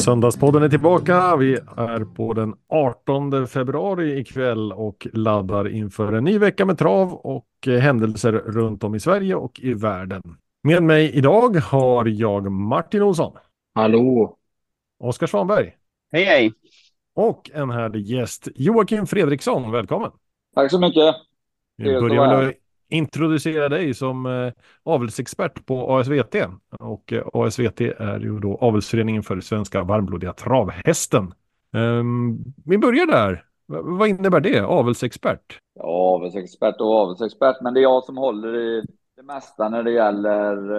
Söndagspodden är tillbaka. Vi är på den 18 februari ikväll och laddar inför en ny vecka med trav och händelser runt om i Sverige och i världen. Med mig idag har jag Martin Olsson, Hallå! Oskar Svanberg Hej hej! och en härlig gäst, Joakim Fredriksson. Välkommen! Tack så mycket. Vi Trevligt att börjar vara väl här. att introducera dig som avelsexpert på ASVT. Och ASVT är ju då avelsföreningen för svenska varmblodiga travhästen. Vi börjar där. Vad innebär det? Avelsexpert? Ja, avelsexpert och avelsexpert, men det är jag som håller i det mesta när det gäller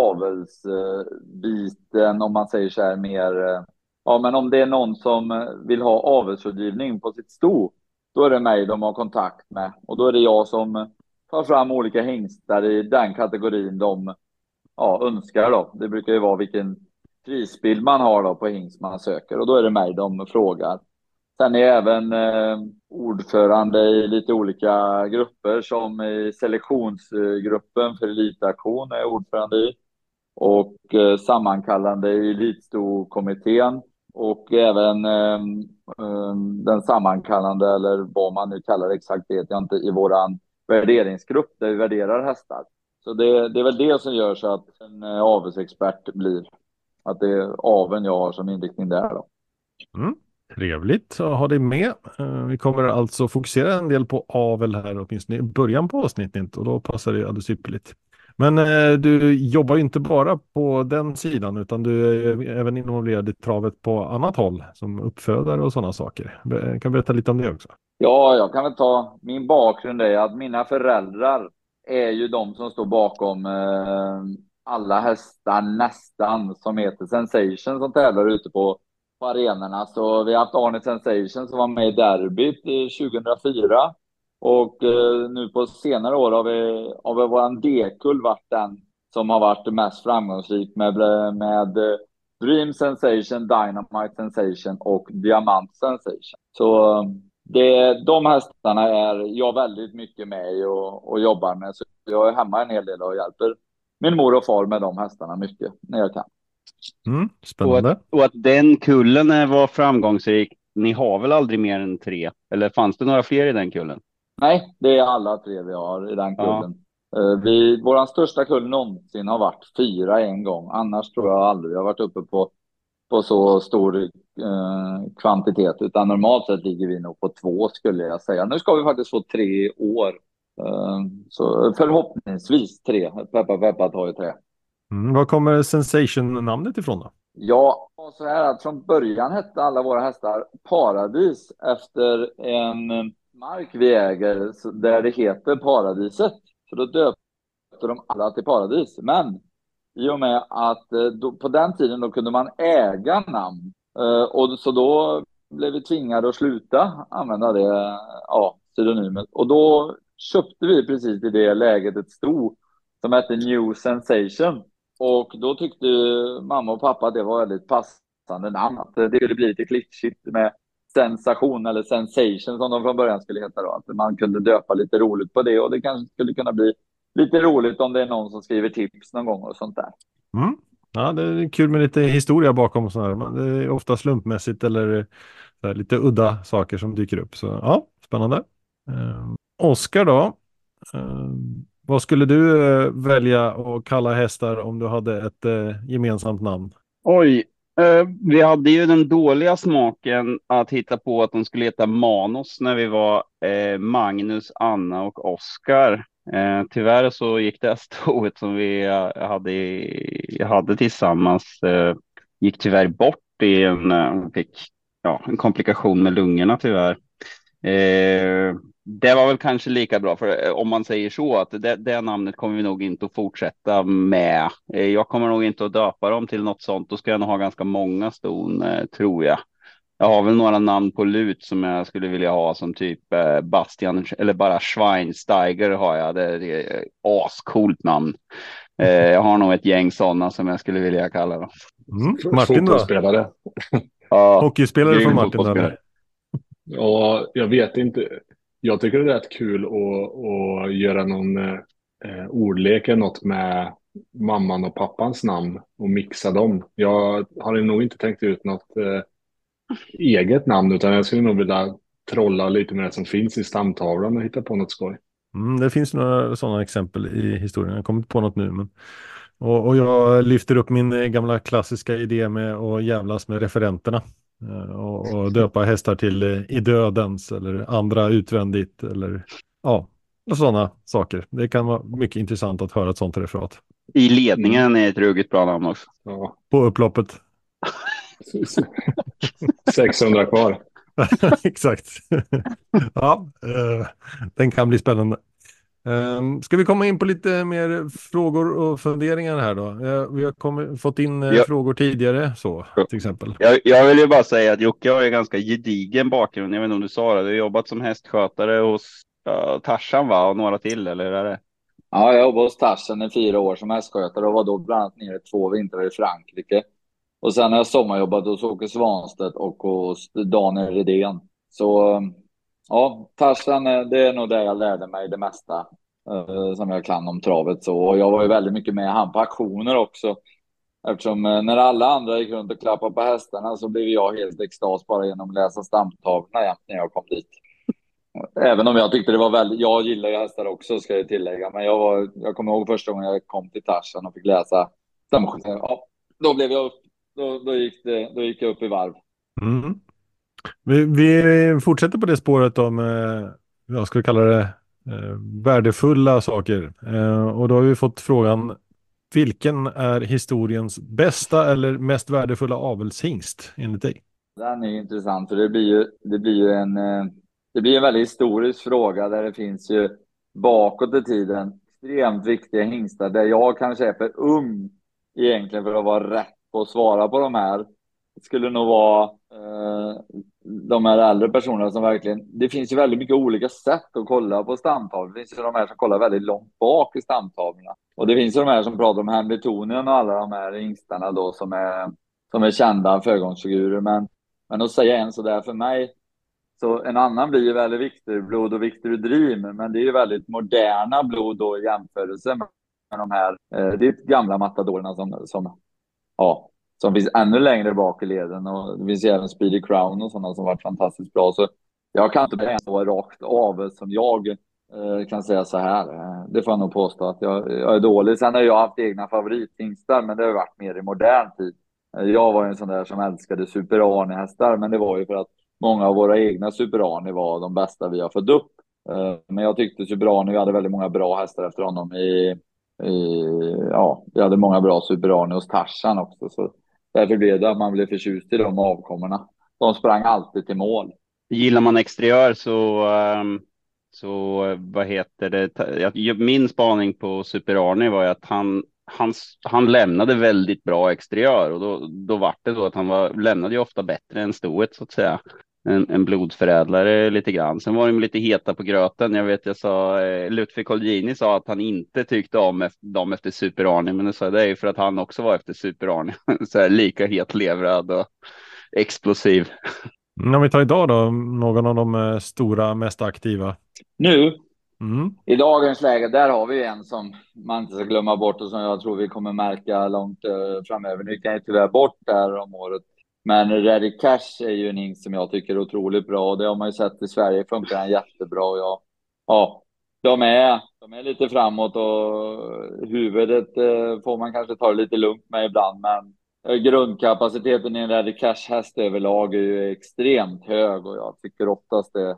avelsbiten, om man säger så här mer. Ja, men om det är någon som vill ha avelsrådgivning på sitt sto, då är det mig de har kontakt med. Och då är det jag som tar fram olika hingstar i den kategorin de önskar då. Det brukar ju vara vilken prisbild man har då på hingst man söker, och då är det mig de frågar. Sen är jag även ordförande i lite olika grupper, som i selektionsgruppen för elitaktion är jag ordförande i, och sammankallande i elitstokommittén, och även den sammankallande, eller vad man nu kallar det exakt vet jag inte, i våran värderingsgrupp där vi värderar hästar. Så det är väl det som gör så att en avelsexpert blir, att det är aveln jag har som inriktning där då. Mm. Trevligt att ha dig med. Vi kommer alltså fokusera en del på avel här, åtminstone i början på avsnittet, och då passar det alldeles ypperligt. Men du jobbar ju inte bara på den sidan, utan du är även involverad i travet på annat håll, som uppfödare och sådana saker. Kan du berätta lite om det också? Ja, jag kan väl ta min bakgrund är att mina föräldrar är ju de som står bakom alla hästar nästan som heter Sensation, som tävlar ute på arenorna. Så vi har haft Arne Sensation som var med i derbyt i 2004. Och nu på senare år har vi våran D-kull varit den som har varit mest framgångsrik med Dream Sensation, Dynamite Sensation och Diamant Sensation. Så de hästarna är jag väldigt mycket med och jobbar med. Så jag är hemma en hel del och hjälper min mor och far med de hästarna mycket när jag kan. Spännande. Och att den kullen var framgångsrik. Ni har väl aldrig mer än 3? Eller fanns det några fler i den kullen? Nej, det är alla 3 vi har i den Ja. kullen. Våran största kull någonsin har varit 4 en gång. Annars tror jag aldrig jag har varit uppe på så stor kvantitet, utan normalt sett ligger vi nog på 2 skulle jag säga. Nu ska vi faktiskt få 3 år. Så förhoppningsvis 3. Peppa peppa tar ju 3. Var kommer Sensation-namnet ifrån då? Ja, så här att från början hette alla våra hästar Paradis efter en mark vi äger där det heter Paradiset. Så då döpte de alla till Paradis. Men i och med att på den tiden då kunde man äga namn. Och så då blev vi tvingade att sluta använda det pseudonymet. Och då köpte vi precis i det läget ett sto som hette New Sensation. Och då tyckte mamma och pappa att det var väldigt passande namn. Att det skulle bli lite klyschigt med sensation eller sensation som de från början skulle heta då. Att man kunde döpa lite roligt på det, och det kanske skulle kunna bli lite roligt om det är någon som skriver tips någon gång och sånt där. Ja, det är kul med lite historia bakom sådana här. Det är ofta slumpmässigt eller så här, lite udda saker som dyker upp. Så ja, spännande. Oskar då? Vad skulle du välja att kalla hästar om du hade ett gemensamt namn? Oj, vi hade ju den dåliga smaken att hitta på att de skulle heta Manos när vi var Magnus, Anna och Oskar. Tyvärr så gick det stoet som vi hade tillsammans gick tyvärr bort i en komplikation med lungorna tyvärr. Det var väl kanske lika bra, för om man säger så att det namnet kommer vi nog inte att fortsätta med. Jag kommer nog inte att döpa dem till något sånt. Då ska jag nog ha ganska många ston, tror jag. Jag har väl några namn på lut som jag skulle vilja ha, som typ Bastian eller bara Schweinsteiger har jag. Det är ett ascoolt namn. Jag har nog ett gäng sådana som jag skulle vilja kalla dem. Martin då? Fotbollsspelare. Ja, Hockeyspelare från grym Martin då? fotbollsspelare. Ja, jag vet inte. Jag tycker det är rätt kul att göra någon ordlek eller något med mamman och pappans namn och mixa dem. Jag har nog inte tänkt ut något eget namn, utan jag skulle nog vilja trolla lite med det som finns i stamtavlan och hitta på något skoj. Det finns några sådana exempel i historien. Jag kommer inte på något nu. Och jag lyfter upp min gamla klassiska idé med att jävlas med referenterna. Och döpa hästar till i dödens eller andra utvändigt. Eller ja, sådana saker. Det kan vara mycket intressant att höra ett sånt referat. I ledningen är ett ruggigt bra namn också. Ja. På upploppet. 600 kvar. Exakt. Ja, den kan bli spännande. Ska vi komma in på lite mer frågor och funderingar här då? Vi har fått in frågor tidigare så till exempel. Jag vill ju bara säga att Jocke har ju ganska gedigen bakgrund. Jag vet inte om du sa det. Du har jobbat som hästskötare hos Tarzan va? Och några till eller hur är det? Ja, jag jobbade hos Tarzan i 4 år som hästskötare och var då bland annat nere 2 vintrar i Frankrike. Och sen har jag sommarjobbat hos Åke Svanstedt och hos Daniel Redén. Så ja, Tarzan, det är nog där jag lärde mig det mesta som jag kan om travet. Så, och jag var ju väldigt mycket med han på aktioner också. Eftersom när alla andra gick runt och klappade på hästarna så blev jag helt extas bara genom att läsa stamtavlorna jämt när jag kom dit. Även om jag tyckte det var väldigt, jag gillar ju hästar också ska jag tillägga. Men jag kommer ihåg första gången jag kom till Tarzan och fick läsa stamtavlorna. Ja, då blev jag upp. Då gick jag upp i varv. Mm. Vi fortsätter på det spåret om, jag skulle kalla det värdefulla saker. Och då har vi fått frågan, vilken är historiens bästa eller mest värdefulla avelshingst enligt dig? Den är intressant för det blir ju en väldigt historisk fråga där det finns ju bakåt i tiden extremt viktiga hingstar där jag kanske är för ung egentligen för att vara rätt på att svara på de här. Det skulle nog vara de här äldre personerna som verkligen, det finns ju väldigt mycket olika sätt att kolla på stamtavlor. Det finns ju de här som kollar väldigt långt bak i stamtavlorna. Och det finns ju de här som pratar om Hamiltonien och alla de här hingstarna då som är kända föregångsfigurer. Men att säga en sådär för mig, så en annan blir ju väldigt Victor Blod och Victor Dream, men det är ju väldigt moderna blod då i jämförelse med de här, det är gamla matadorerna som finns ännu längre bak i leden och det finns även Speedy Crown och sådana som varit fantastiskt bra. Så jag kan inte bli så rakt av som jag kan säga så här. Det får jag nog påstå att jag är dålig. Sen har jag haft egna favorithingstar, men det har varit mer i modern tid. Jag var en sån där som älskade Super Arne-hästar, men det var ju för att många av våra egna Super Arne var de bästa vi har fått upp. Men jag tyckte Super Arne, vi hade väldigt många bra hästar efter honom vi hade många bra Super Arne hos Tarzan också. Så därför blev det att man blev förtjust i de avkommorna. De sprang alltid till mål. Gillar man exteriör så vad heter det? Min spaning på Super Arne var ju att han lämnade väldigt bra exteriör och då var det så att lämnade ju ofta bättre än stoet så att säga. En blodförädlare lite grann. Sen var de lite heta på gröten. Jag sa Ludwig Colgjini sa att han inte tyckte om dem efter Super Arne, men det är ju för att han också var efter Super Arne. Så här, lika hetlevrad och explosiv. Om vi tar idag då, någon av de stora, mest aktiva. Nu, i dagens läge, där har vi en som man inte ska glömma bort och som jag tror vi kommer märka långt framöver. Nu kan jag tyvärr bort där om året. Men Ready Cash är ju en hingst som jag tycker är otroligt bra. Och det har man ju sett i Sverige, funkar han jättebra. Och de är lite framåt och huvudet får man kanske ta det lite lugnt med ibland. Men grundkapaciteten i en Ready Cash häst överlag är ju extremt hög. Och jag tycker oftast det,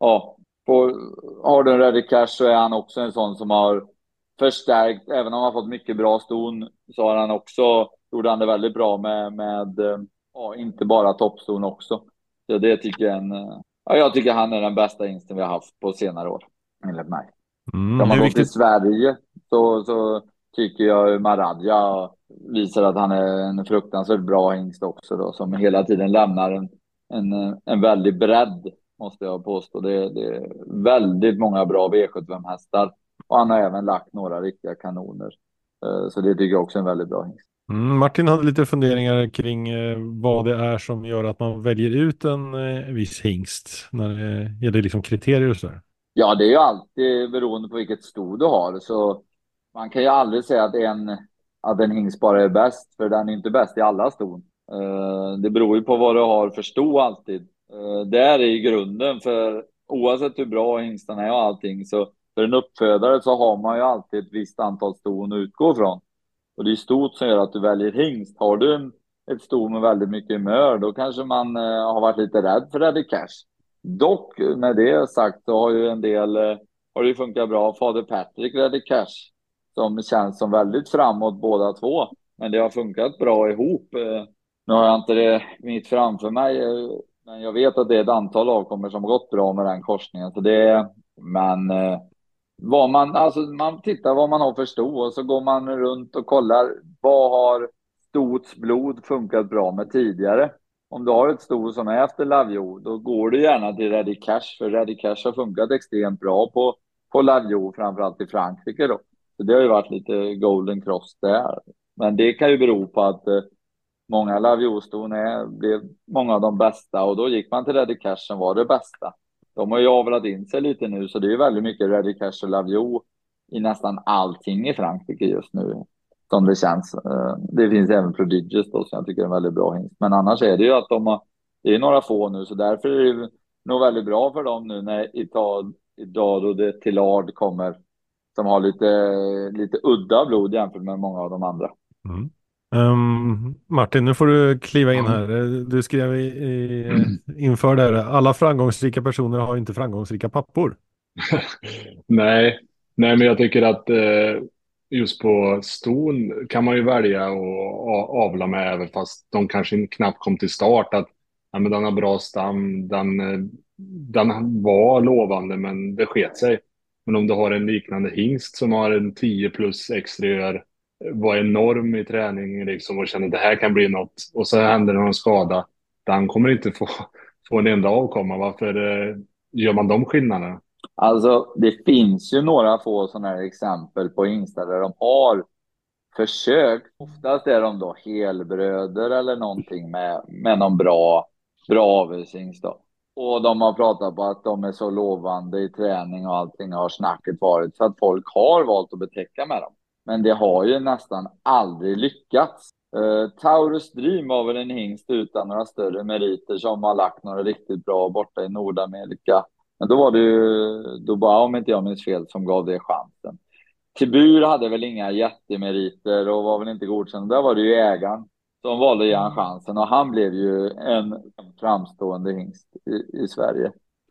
har du en Ready Cash så är han också en sån som har förstärkt. Även om han har fått mycket bra ston så har han också gjort han det väldigt bra med inte bara toppston också. Så det tycker jag tycker han är den bästa hingsten vi har haft på senare år, enligt mig. Om man går till Sverige så tycker jag Maradja visar att han är en fruktansvärt bra hingst också då, som hela tiden lämnar en väldigt bredd, måste jag påstå. Det är väldigt många bra V75-hästar och han har även lagt några riktiga kanoner. Så det tycker jag också är en väldigt bra hingst. Martin hade lite funderingar kring vad det är som gör att man väljer ut en viss hingst när det gäller liksom kriterier och sådär. Ja, det är ju alltid beroende på vilket sto du har. Så Man kan ju aldrig säga att en hingst bara är bäst, för den är inte bäst i alla ston. Det beror ju på vad du har för sto alltid. Det är i grunden, för oavsett hur bra hingstarna är och allting, så för en uppfödare så har man ju alltid ett visst antal ston att utgå från. Och det är stot som gör att du väljer hingst. Har du ett sto med väldigt mycket mör, då kanske man har varit lite rädd för Ready Cash. Dock, med det sagt, så har ju en del, har det ju funkat bra. Fader Patrick Ready Cash, som känns som väldigt framåt båda två. Men det har funkat bra ihop. Nu har jag inte det mitt framför mig, men jag vet att det är ett antal avkommor som har gått bra med den korsningen. Så det, men man tittar vad man har för sto, och så går man runt och kollar vad har stots blod funkat bra med tidigare. Om du har ett sto som är efter lavjo, då går du gärna till Ready Cash, för Ready Cash har funkat extremt bra på lavjo, framförallt i Frankrike då. Så det har ju varit lite golden cross där. Men det kan ju bero på att många lavjo-ston blev många av de bästa, och då gick man till Ready Cash som var det bästa. De har ju avlat in sig lite nu, så det är ju väldigt mycket Ready Cash och lavjo i nästan allting i Frankrike just nu, som det känns. Det finns även Prodigious då, som jag tycker är en väldigt bra hingst. Men annars är det ju att det är några få nu, så därför är det nog väldigt bra för dem nu när Idado de Tillard kommer, som har lite udda blod jämfört med många av de andra. Mm. Martin, nu får du kliva in här. Du skrev inför det här, alla framgångsrika personer har inte framgångsrika pappor. Nej, men jag tycker att just på ston kan man ju välja att avla med, även fast de kanske knappt kom till start. Att ja, men den har bra stam, den var lovande, men det sket sig. Men om du har en liknande hingst som har en 10 plus exteriör, var enorm i träning liksom, och känner att det här kan bli något, och så händer det någon skada, den kommer inte få en enda avkomma. Varför gör man de skillnaderna? Alltså, det finns ju några få sådana här exempel på hingstar där de har försökt. Oftast är de då helbröder eller någonting med någon bra avelshingst då. Och de har pratat på att de är så lovande i träning och allting, har snacket varit, så att folk har valt att betäcka med dem. Men det har ju nästan aldrig lyckats. Taurus Dream var väl en hingst utan några större meriter som har lagt några riktigt bra borta i Nordamerika. Men då var det ju Dubai, om inte jag minns fel, som gav det chansen. Tibur hade väl inga jättemeriter och var väl inte godkänd. Där var det ju ägaren som valde att ge han chansen, och han blev ju en framstående hingst i Sverige.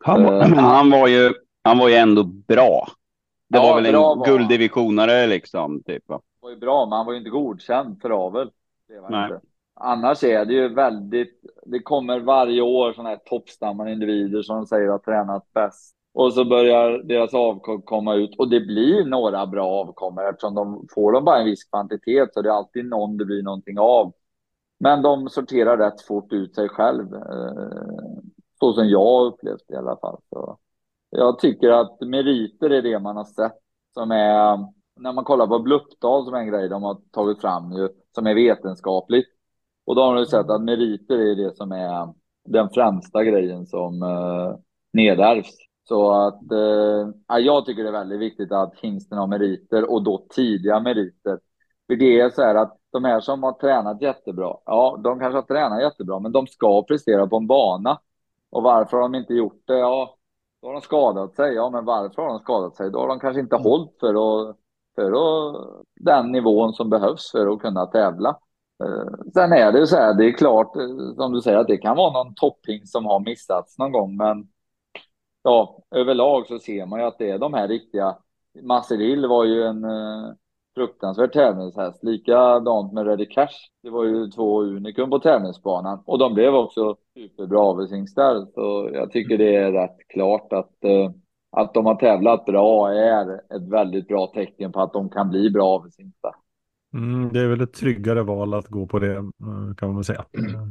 Han var ju ändå bra. Det var väl en gulddivisionare liksom, typ. Han var ju bra, men han var ju inte godkänd för avel. Det var Nej. inte. Annars är det ju det kommer varje år sådana här toppstammande individer som säger att tränat bäst. Och så börjar deras avkom komma ut, och det blir några bra avkommor, eftersom får de bara en viss kvantitet, så det är alltid någon det blir någonting av. Men de sorterar rätt fort ut sig själv. Så som jag har upplevt det i alla fall. Så jag tycker att meriter är det man har sett, som är, när man kollar på Bluppdal som är en grej de har tagit fram ju, som är vetenskapligt. Och då har du sett att meriter är det som är den främsta grejen som nedärvs. Så att jag tycker det är väldigt viktigt att hingsten har meriter, och då tidiga meriter. För det är så här att de här som har tränat jättebra, ja, de kanske har tränat jättebra, men de ska prestera på en bana. Och varför har de inte gjort det? Ja, då har de skadat sig. Ja, men varför har de skadat sig? Då har de kanske inte hållit för den nivån som behövs för att kunna tävla. Sen är det så här, det är klart, som du säger, att det kan vara någon topping som har missats någon gång, men ja, överlag så ser man ju att det är de här riktiga. Maseril var ju en fruktansvärd tävlingshäst. Likadant med Ready Cash. Det var ju 2 unikum på tävlingsbanan, och de blev också superbra avelshingstar. Så jag tycker det är rätt klart att de har tävlat bra är ett väldigt bra tecken på att de kan bli bra avelshingstar. Det är väl ett tryggare val att gå på det, kan man väl säga.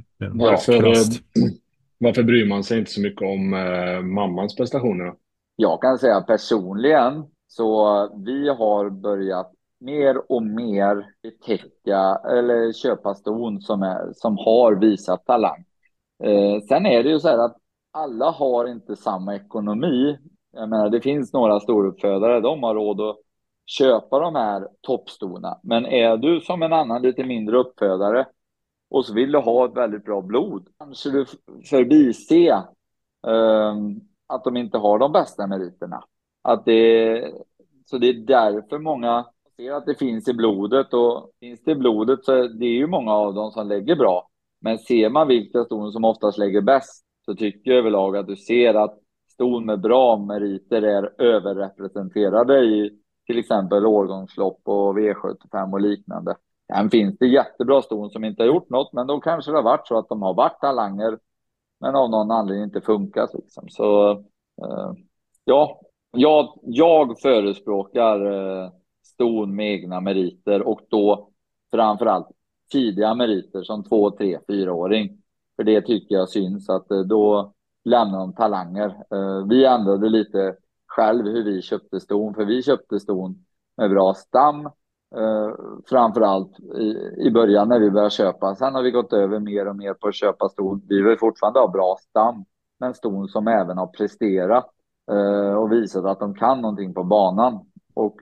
Varför bryr man sig inte så mycket om mammans prestationer då? Jag kan säga personligen, så vi har börjat mer och mer betäcka eller köpa ston som har visat talang. Sen är det ju så här att alla har inte samma ekonomi. Jag menar, det finns några storuppfödare, de har råd att köpa de här toppstona. Men är du som en annan lite mindre uppfödare och så vill du ha ett väldigt bra blod, kanske du förbise att de inte har de bästa meriterna. Så det är därför många ser att det finns i blodet, och finns det i blodet så är det ju många av dem som lägger bra. Men ser man vilka ston som oftast lägger bäst, så tycker jag överlag att du ser att ston med bra meriter är överrepresenterade i till exempel årgångslopp och V75 och liknande. Sen finns det jättebra ston som inte har gjort något, men då kanske det har varit så att de har varit talanger men av någon anledning inte funkat liksom. Så ja, jag förespråkar ston med egna meriter, och då framförallt tidiga meriter som 2, 3, 4-åring. För det tycker jag syns att då lämnar de talanger. Vi ändrade lite själv hur vi köpte ston, för vi köpte ston med bra stam. Framförallt i början när vi började köpa. Sen har vi gått över mer och mer på att köpa ston. Vi vill fortfarande ha bra stam, men ston som även har presterat och visat att de kan någonting på banan. Och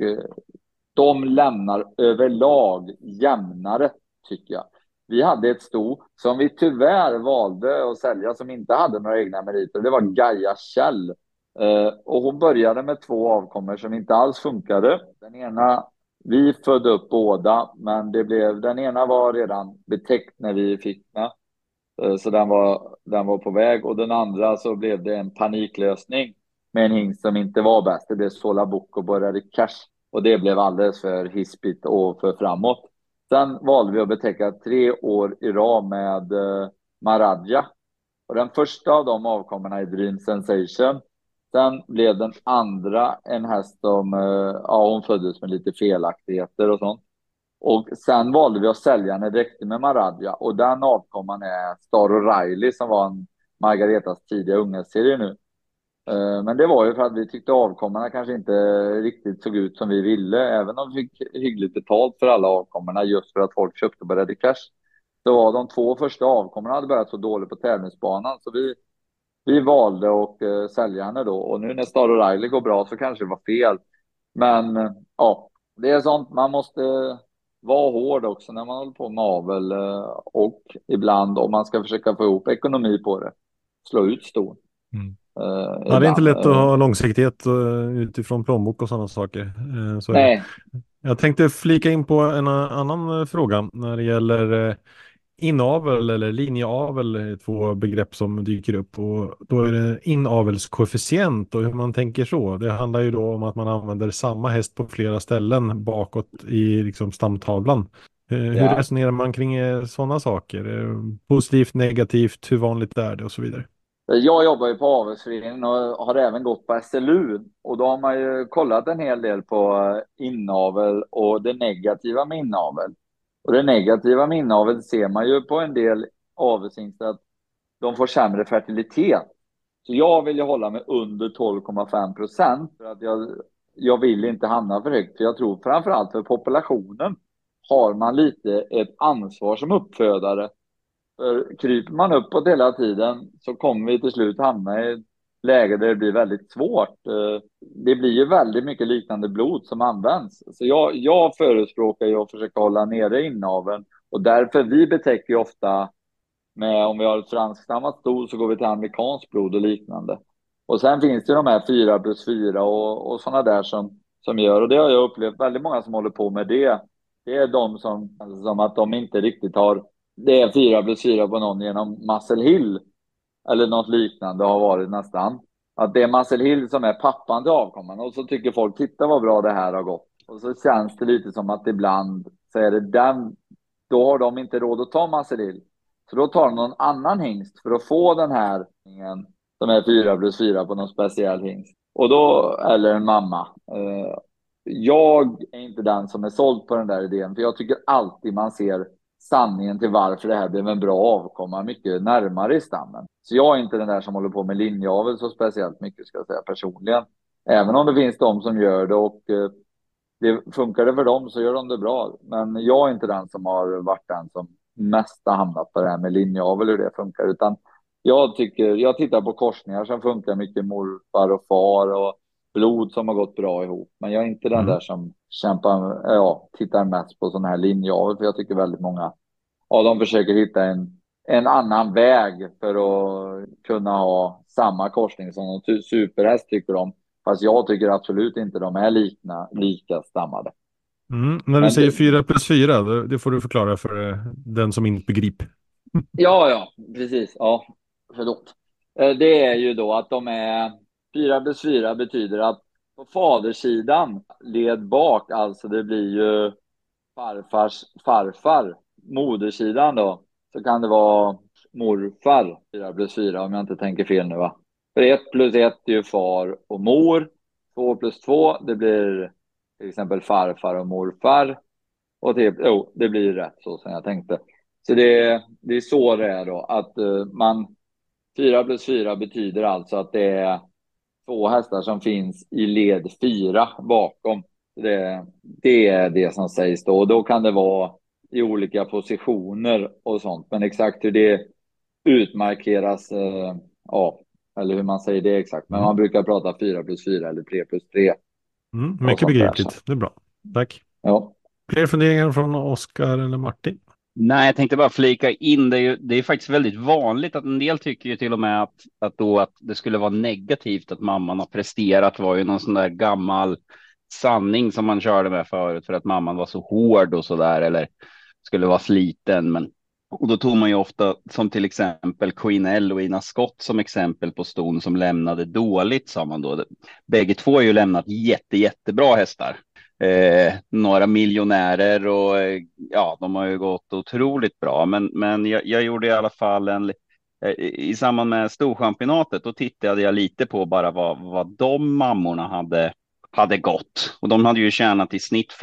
de lämnar överlag jämnare, tycker jag. Vi hade ett sto som vi tyvärr valde att sälja som inte hade några egna meriter. Det var Gaia Kjell. Och hon började med 2 avkommor som inte alls funkade. Den ena, vi födde upp båda, men den ena var redan betäckt när vi fick den. Så den var på väg, och den andra så blev det en paniklösning med en hingst som inte var bäst. Det blev Sola Book och började cash, och det blev alldeles för hispigt och för framåt. Sen valde vi att betäcka 3 år i rad med Maradja, och den första av de avkommorna är Dream Sensation. Sen blev den andra en häst som hon föddes med lite felaktigheter och sånt. Och sen valde vi att sälja när det räckte med Maradja. Och den avkomman är Star O'Reilly som var en Margaretas tidiga unghästserie nu. Men det var ju för att vi tyckte avkommorna kanske inte riktigt såg ut som vi ville. Även om vi fick hyggligt betalt för alla avkommorna just för att folk köpte på Ready Cash. Så var de 2 första avkommorna hade börjat så dåligt på tävlingsbanan. Så vi valde att sälja henne då. Och nu när Star O'Reilly går bra så kanske det var fel. Men ja, det är sånt. Man måste vara hård också när man håller på med avel. Och ibland om man ska försöka få ihop ekonomi på det, slå ut ston. Ja, det är inte lätt att ha långsiktighet utifrån plånbok och sådana saker. Så nej. Jag tänkte flika in på en annan fråga när det gäller inavel eller linjeavel, är 2 begrepp som dyker upp, och då är det inavelskoefficient och hur man tänker så. Det handlar ju då om att man använder samma häst på flera ställen bakåt i liksom stamtavlan. Hur resonerar man kring sådana saker? Positivt, negativt, hur vanligt är det och så vidare? Jag jobbar ju på avelsföreningen och har även gått på SLU, och då har man ju kollat en hel del på inavel och det negativa med inavel. Och det negativa med inavel ser man ju på en del avelshingstar att de får sämre fertilitet. Så jag vill ju hålla mig under 12,5%, för att jag vill inte hamna för högt. För jag tror framförallt för populationen har man lite ett ansvar som uppfödare. För kryper man uppåt hela tiden så kommer vi till slut hamna i ett läge där det blir väldigt svårt. Det blir ju väldigt mycket liknande blod som används. Så jag förespråkar ju att försöka hålla nere inaveln. Och därför vi betäcker ju ofta med, om vi har ett franskstammat sto så går vi till amerikanskt blod och liknande. Och sen finns det de här 4+4 och sådana där som gör. Och det har jag upplevt väldigt många som håller på med det. Det är de som att de inte riktigt har, det är 4+4 på någon genom Muscle Hill eller något liknande har varit nästan. Att det är Muscle Hill som är pappan till avkomman, och så tycker folk, titta vad bra det här har gått. Och så känns det lite som att ibland så är det den, då har de inte råd att ta Muscle Hill. Så då tar de någon annan hingst för att få den här som är 4+4 på någon speciell hingst. Och då, eller en mamma. Jag är inte den som är såld på den där idén, för jag tycker alltid man ser sanningen till varför det här blev en bra avkomma mycket närmare i stammen. Så jag är inte den där som håller på med linjeavel så speciellt mycket, ska jag säga personligen. Även om det finns de som gör det, och det funkar det för dem så gör de det bra. Men jag är inte den som har varit den som mest har hamnat på det här med linjeavel, hur det funkar. Utan jag tittar på korsningar som funkar mycket, morfar och far. Och blod som har gått bra ihop. Men jag är inte den Mm. där som tittar mest på sån här linjavel, för jag tycker väldigt många de försöker hitta en annan väg för att kunna ha samma korsning som en superhäst tycker de. Fast jag tycker absolut inte de är lika stammade. När du Men säger 4+4, det får du förklara för den som inte begriper. ja, precis. Ja, förlåt. Det är ju då att de är 4+4 betyder att på fadersidan led bak, alltså det blir ju farfars farfar. Modersidan då, så kan det vara morfar 4+4 om jag inte tänker fel nu va. För 1+1 är ju far och mor. 2+2 det blir till exempel farfar och morfar. Och det blir rätt så som jag tänkte. Så det är så det är då. Att 4+4 betyder alltså att det är 2 hästar som finns i led 4 bakom. Det är det som sägs då. Och då kan det vara i olika positioner och sånt. Men exakt hur det utmarkeras, eller hur man säger det exakt. Men man brukar prata 4+4 eller 3+3. Mycket begripligt. Det är bra. Tack. Ja. Fler funderingar från Oskar eller Martin? Nej, jag tänkte bara flika in. Det är faktiskt väldigt vanligt att en del tycker ju till och med att det skulle vara negativt att mamman har presterat, var ju någon sån där gammal sanning som man körde med förut för att mamman var så hård och så där eller skulle vara sliten. Och då tog man ju ofta som till exempel Queen L och Ina Scott som exempel på ston som lämnade dåligt, sa man då. Bägge två har ju lämnat jättebra hästar. Några miljonärer och de har ju gått otroligt bra. Men jag gjorde i alla fall i samband med Storchampionatet, då tittade jag lite på bara vad de mammorna hade gått. Och de hade ju tjänat i snitt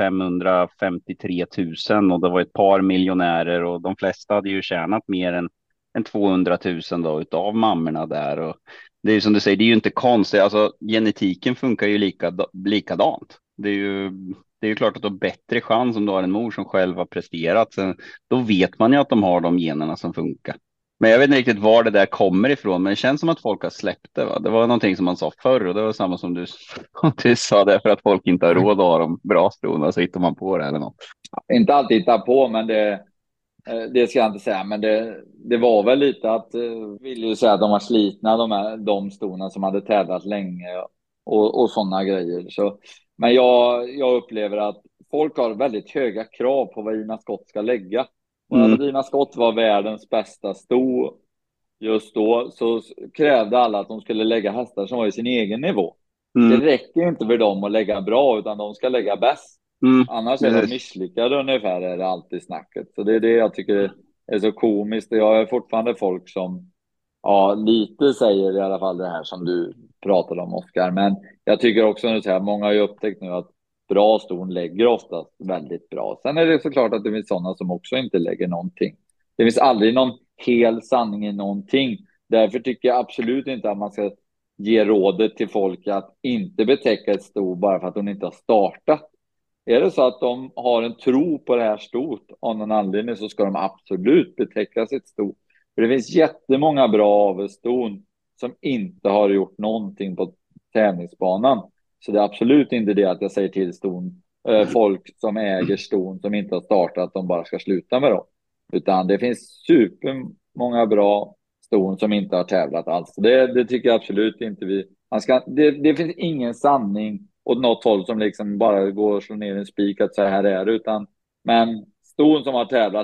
553 000 och det var ett par miljonärer och de flesta hade ju tjänat mer än 200 000 då utav mammorna där. Och det är ju som du säger, det är ju inte konstigt. Alltså genetiken funkar ju likadant. Det är ju klart att du har bättre chans om du har en mor som själv har presterat. Sen, då vet man ju att de har de generna som funkar. Men jag vet inte riktigt var det där kommer ifrån. Men det känns som att folk har släppt det. Va? Det var någonting som man sa förr. Och det var samma som du sa. Det för att folk inte har råd att ha de bra stona. Så hittar man på det eller något. Inte alltid hitta på, men det ska jag inte säga. Men det var väl lite att vill ju säga att de var slitna. De stona som hade tävlat länge. Och sådana grejer. Men jag upplever att folk har väldigt höga krav på vad Ina Scott ska lägga. Och att Ina Scott var världens bästa sto just då, så krävde alla att de skulle lägga hästar som var i sin egen nivå. Det räcker inte för dem att lägga bra, utan de ska lägga bäst. Annars är de misslyckade ungefär, är det alltid snacket. Så det är det jag tycker är så komiskt. Och jag är fortfarande folk som lite säger i alla fall det här som du pratade om, Oskar. Men jag tycker också att många har ju upptäckt nu att bra ston lägger oftast väldigt bra. Sen är det såklart att det finns sådana som också inte lägger någonting. Det finns aldrig någon hel sanning i någonting. Därför tycker jag absolut inte att man ska ge rådet till folk att inte betäcka ett sto bara för att de inte har startat. Är det så att de har en tro på det här stot av någon anledning, så ska de absolut betäcka sitt sto. För det finns jättemånga bra avelston som inte har gjort någonting på tävlingsbanan. Så det är absolut inte det att jag säger till folk som äger ston som inte har startat att de bara ska sluta med dem. Utan det finns supermånga bra ston som inte har tävlat alls. Det tycker jag absolut inte det finns ingen sanning åt något håll som liksom bara går och slår ner en spik att så här är det. Men ston som har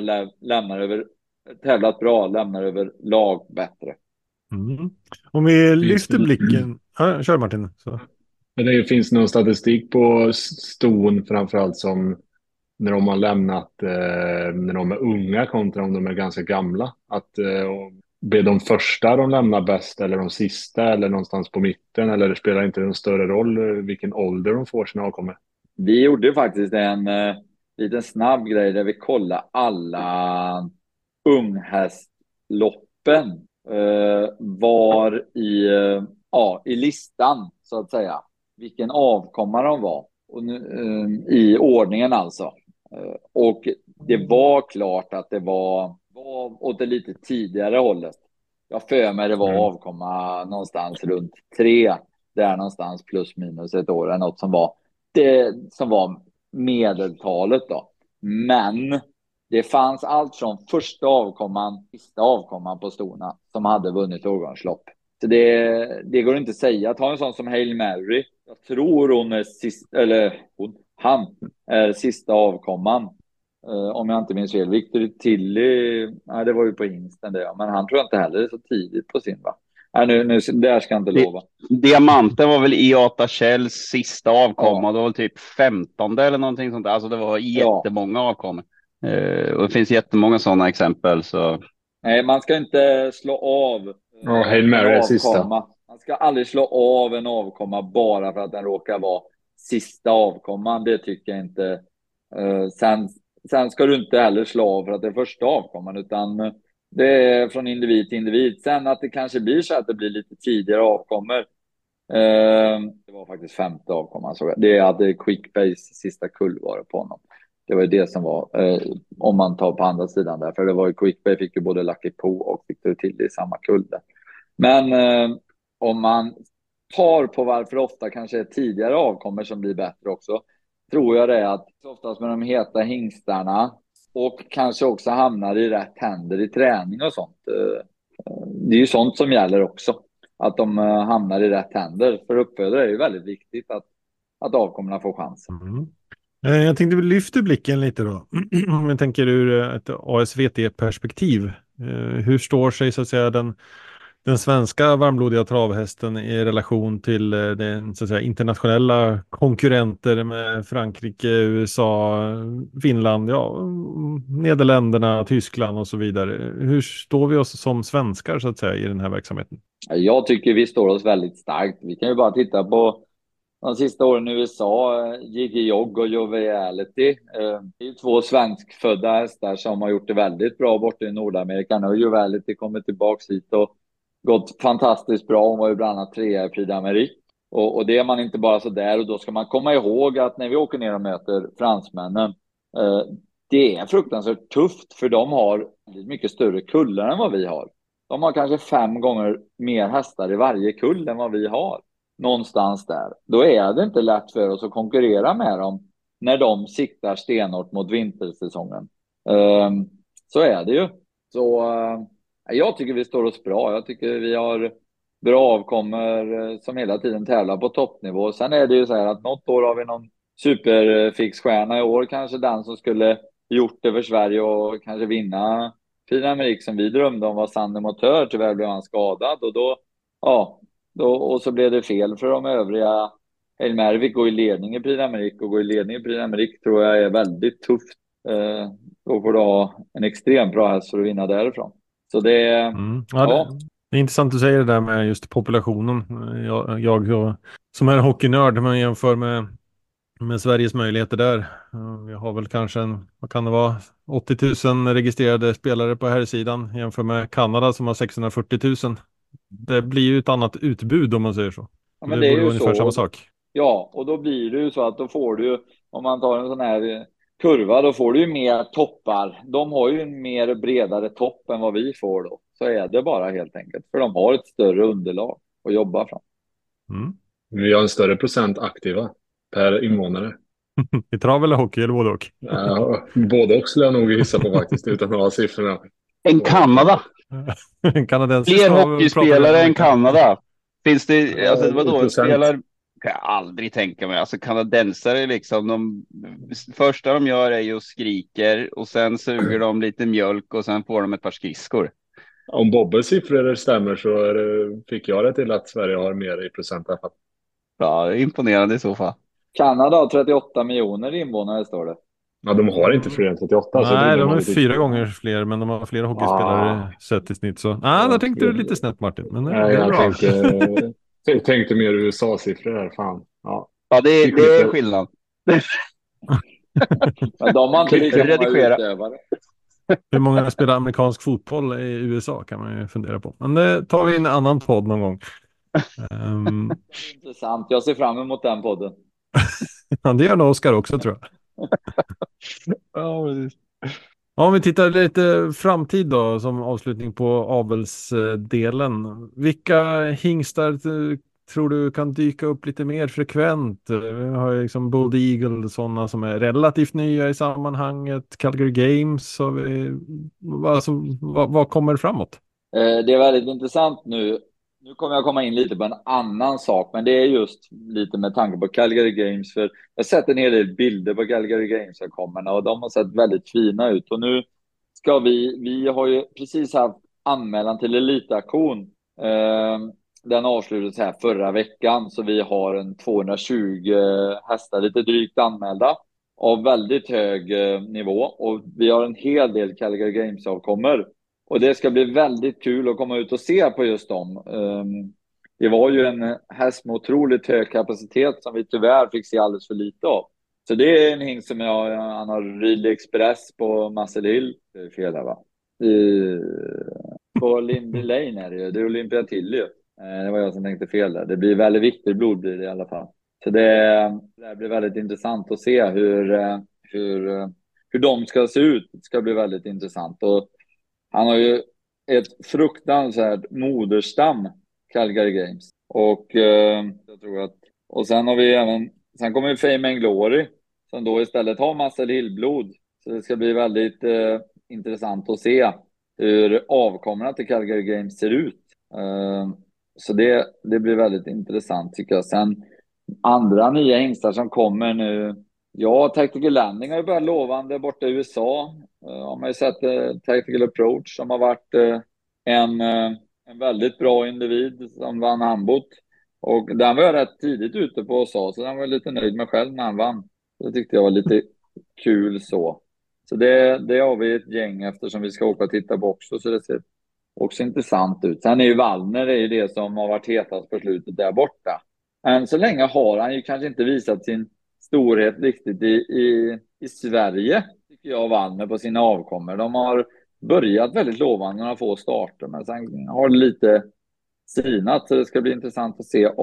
tävlat bra lämnar över lag bättre. Om vi lyfter blicken. Ja, kör Martin. Så. Det finns någon statistik på ston framförallt som när de har lämnat när de är unga kontra om de är ganska gamla. Att blir de första de lämnar bäst eller de sista eller någonstans på mitten, eller det spelar inte någon större roll vilken ålder de får sina avkommor? Vi gjorde faktiskt en liten snabb grej där vi kollade alla unghästloppen var i listan så att säga, vilken avkomma de var och i ordningen alltså. Och det var klart att det var åt det lite tidigare hållet. Jag för mig det var avkomma någonstans runt 3. där någonstans plus minus ett år är något som var det som var medeltalet då. Men det fanns allt från första avkomman, sista avkomman på storna som hade vunnit årgångslopp. Så det går inte att säga. Ta en sån som Hail Mary. Jag tror hon är han är sista avkomman. Om jag inte minns fel. Victor Tilly, nej det var ju på Insten det, men han tror jag inte heller är så tidigt på sin va. Nej, nu där ska jag inte lova. Diamanten var väl Iata Kjells sista avkomma. Det var väl typ 15 eller någonting sånt där. Alltså det var jättemånga avkommor. Och det finns jättemånga sådana exempel. Så. Nej, man ska inte slå av Hail Mary är sista. Man ska aldrig slå av en avkomma bara för att den råkar vara sista avkomman. Det tycker jag inte. Sen ska du inte heller slå av för att det är första avkomman, utan det är från individ till individ. Sen att det kanske blir så att det blir lite tidigare avkommor. Det var faktiskt femte avkomman. Så det hade Quickbase sista kull var på honom. Det var ju det som var, om man tar på andra sidan där. För det var ju Quickbase fick ju både Lucky Po och Victor Tilly i samma kull där. Men om man tar på varför ofta kanske tidigare avkommer som blir bättre också, tror jag det är att oftast med de heta hingstarna och kanske också hamnar i rätt händer i träning och sånt. Det är ju sånt som gäller också. Att de hamnar i rätt händer. För uppfödare är ju väldigt viktigt att avkommorna får chansen. Mm. Jag tänkte vi lyfter blicken lite då. Om jag tänker ur ett ASVT-perspektiv. Hur står sig så att säga den svenska varmblodiga travhästen i relation till den så att säga internationella konkurrenter med Frankrike, USA, Finland, Nederländerna, Tyskland och så vidare. Hur står vi oss som svenskar så att säga i den här verksamheten? Jag tycker vi står oss väldigt starkt. Vi kan ju bara titta på de sista åren i USA, Gigi Jogg och Joviality. Det är två svenskfödda hästar som har gjort det väldigt bra borta i Nordamerika. Nu har Joviality kommit tillbaka hit och gått fantastiskt bra. Hon var ju bland annat 3 i Prix d'Amérique. Och det är man inte bara så där. Och då ska man komma ihåg att när vi åker ner och möter fransmännen, det är fruktansvärt tufft för de har mycket större kullar än vad vi har. De har kanske 5 gånger mer hästar i varje kull än vad vi har. Någonstans där. Då är det inte lätt för oss att konkurrera med dem när de siktar stenhårt mot vintersäsongen. Så är det ju. Så jag tycker vi står oss bra. Jag tycker vi har bra avkommor som hela tiden tävlar på toppnivå. Sen är det ju så här att något år har vi någon superfixstjärna. I år kanske den som skulle gjort det för Sverige och kanske vinna Prix d'Amérique som vi drömde om var Sander Motör. Tyvärr blev han skadad och då och så blev det fel för de övriga. Hail Mary fick gå i ledning i Prix d'Amérique och gå i ledning i Prix d'Amérique tror jag är väldigt tufft. Då får du ha en extremt bra häst för att vinna därifrån. Så det det är intressant att säga det där med just populationen. Jag som är hockeynörd, man jämför med Sveriges möjligheter där. Vi har väl kanske vad kan det vara, 80 000 registrerade spelare på här sidan jämför med Kanada som har 640 000. Det blir ju ett annat utbud om man säger så. Ja, men det är ju ungefär så. Samma sak. Ja, och då blir det ju så att då får du, om man tar en sån här kurva, då får du ju mer toppar. De har ju en mer bredare topp än vad vi får då. Så är det bara helt enkelt. För de har ett större underlag att jobba fram. Mm. Vi har en större procent aktiva per invånare. I trav eller hockey eller både och? Ja, både och skulle jag nog gissa på faktiskt utan att ha siffrorna. En Kanada. Fler hockeyspelare än Kanada. Finns det, alltså vadå, spelar kan jag aldrig tänka mig. Alltså kanadensare liksom, första de gör är ju skriker och sen suger de lite mjölk och sen får de ett par skridskor. Om Bobbes siffror stämmer så fick jag det till att Sverige har mer i procent. Ja, imponerande i så fall. Kanada har 38 miljoner invånare står det. Ja, de har inte fler än 38. Nej, de är 4 gånger fler, men de har flera hockeyspelare sett i snitt. Så. Där tänkte du lite snett, Martin. Men det är bra. Jag tänkte mer USA-siffror här, fan. Ja, det är skillnad. Men de har inte lika många utövare. Hur många spelar amerikansk fotboll i USA kan man ju fundera på. Men det tar vi i en annan podd någon gång. Intressant, jag ser fram emot den podden. Ja, det gör nog Oskar också tror jag. Om vi tittar lite framtid då som avslutning på avelsdelen. Vilka hingstar tror du kan dyka upp lite mer frekvent? Vi har ju liksom Bold Eagle, sådana som är relativt nya i sammanhanget. Calgary Games. Har vi, alltså, vad kommer framåt? Det är väldigt intressant nu. Nu kommer jag komma in lite på en annan sak, men det är just lite med tanke på Calgary Games. För jag har sett en hel del bilder på Calgary Games som kommer och de har sett väldigt fina ut. Och nu ska vi har ju precis haft anmälan till elitaktion. Den avslutades här förra veckan, så vi har en 220 hästar, lite drygt anmälda, av väldigt hög nivå. Och vi har en hel del Calgary Games-avkommor. Och det ska bli väldigt kul att komma ut och se på just dem. Det var ju en häst med otroligt hög kapacitet som vi tyvärr fick se alldeles för lite av. Så det är en hingst som han har Ridley Express på Muscle Hill. Det är fel här, va? På Lindy Lane är det ju. Det är Olympia till ju. Det var jag som tänkte fel där. Det blir väldigt viktigt blod blir det i alla fall. Så det blir väldigt intressant att se hur de ska se ut. Det ska bli väldigt intressant. Och han har ju ett fruktansvärt moderstam, Calgary Games. Och jag tror att... Och sen har vi även... Sen kommer ju Fame and Glory, som då istället har Muscle Hill-blod. Så det ska bli väldigt intressant att se hur avkommorna till Calgary Games ser ut. Så det blir väldigt intressant tycker jag. Sen andra nya hingstar som kommer nu. Ja, Tactical Landing har ju börjat lovande borta i USA. Har man ju sett Tactical Approach som har varit en väldigt bra individ som vann Hambot. Och den var jag rätt tidigt ute på och sa, så den var jag lite nöjd med själv när han vann. Det tyckte jag var lite kul så. Så det har vi ett gäng eftersom vi ska åka och titta på också, så det ser också intressant ut. Sen är ju Wallner, det är ju det som har varit hetast på slutet där borta. Än så länge har han ju kanske inte visat sin storhet riktigt i Sverige, tycker jag, Wallner på sina avkommor. De har börjat väldigt lovande när de får starter, men sen har det lite sinat, så det ska bli intressant att se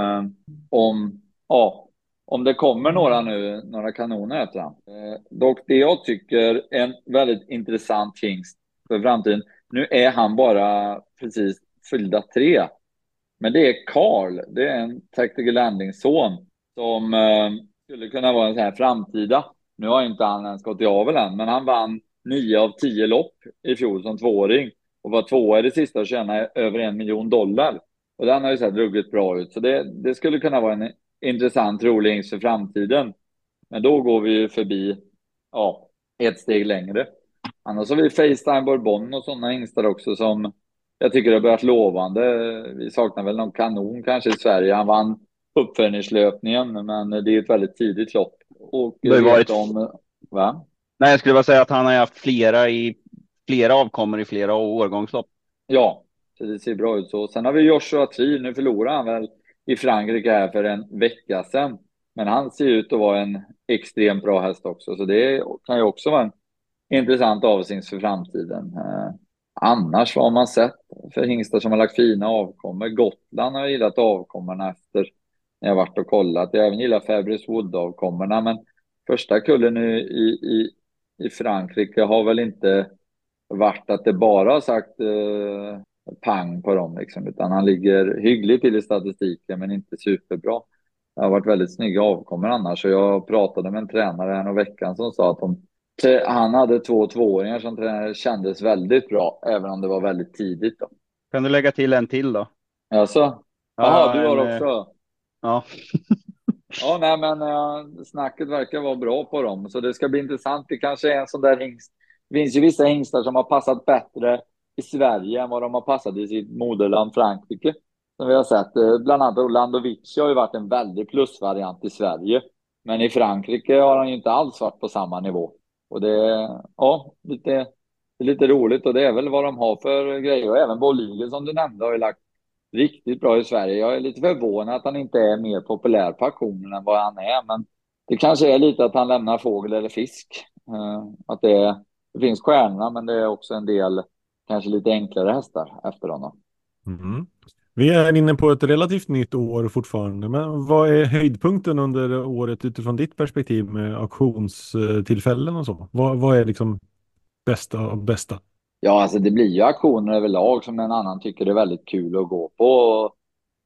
om det kommer några kanoner efter han. Dock det jag tycker är en väldigt intressant hingst för framtiden. Nu är han bara precis fyllda 3. Men det är Carl, det är en Tactical Landing-son som skulle kunna vara en sån här framtida. Nu har inte han ens gått i avel än, men han vann 9 av 10 lopp i fjol som 2-åring. Och var 2 i det sista och tjäna över $1 miljon. Och den har ju sett ruggigt bra ut. Så det skulle kunna vara en intressant rolig hingst för framtiden. Men då går vi ju förbi ett steg längre. Annars har vi FaceTime Bourbon och sådana hingstar också som jag tycker har börjat lovande. Vi saknar väl någon kanon kanske i Sverige. Han vann uppföljningslöpningen, men det är ett väldigt tidigt lopp. Och det har varit... Va? Nej, jag skulle bara säga att han har haft flera avkommor i flera årgångslopp. Ja, så det ser bra ut så. Sen har vi Joshua Tree. Nu förlorade han väl i Frankrike här för en vecka sedan. Men han ser ut att vara en extremt bra häst också. Så det kan ju också vara en intressant avsins för framtiden. Annars vad har man sett för hingstar som har lagt fina avkommor? Gotland har jag gillat avkommorna efter när jag varit och kollat. Jag även gillat Fabrice Wood-avkommorna, men första kullen i Frankrike har väl inte varit att det bara har sagt pang på dem liksom, utan han ligger hyggligt till i statistiken men inte superbra. Det har varit väldigt snygga avkommor annars, och jag pratade med en tränare här en veckan som sa att han hade 2 tvååringar som kändes väldigt bra, även om det var väldigt tidigt då. Kan du lägga till en till då? Alltså? Jaha, du har också? Ja. Ja, nej men snacket verkar vara bra på dem, så det ska bli intressant. Det kanske är en sån där hingst. Det finns ju vissa hingstar som har passat bättre i Sverige än vad de har passat i sitt moderland Frankrike. Som vi har sett, bland annat Orlando Vici har ju varit en väldigt plusvariant i Sverige. Men i Frankrike har han ju inte alls varit på samma nivå. Och det är lite roligt, och det är väl vad de har för grejer. Och även Bolliger som du nämnde har ju lagt riktigt bra i Sverige. Jag är lite förvånad att han inte är mer populär på auktionen än vad han är. Men det kanske är lite att han lämnar fågel eller fisk. Att det finns stjärnorna, men det är också en del kanske lite enklare hästar efter honom. Mm. Vi är inne på ett relativt nytt år fortfarande, men vad är höjdpunkten under året utifrån ditt perspektiv med auktionstillfällen och så? Vad är liksom bästa av bästa? Ja, alltså det blir ju auktioner överlag som en annan tycker det är väldigt kul att gå på.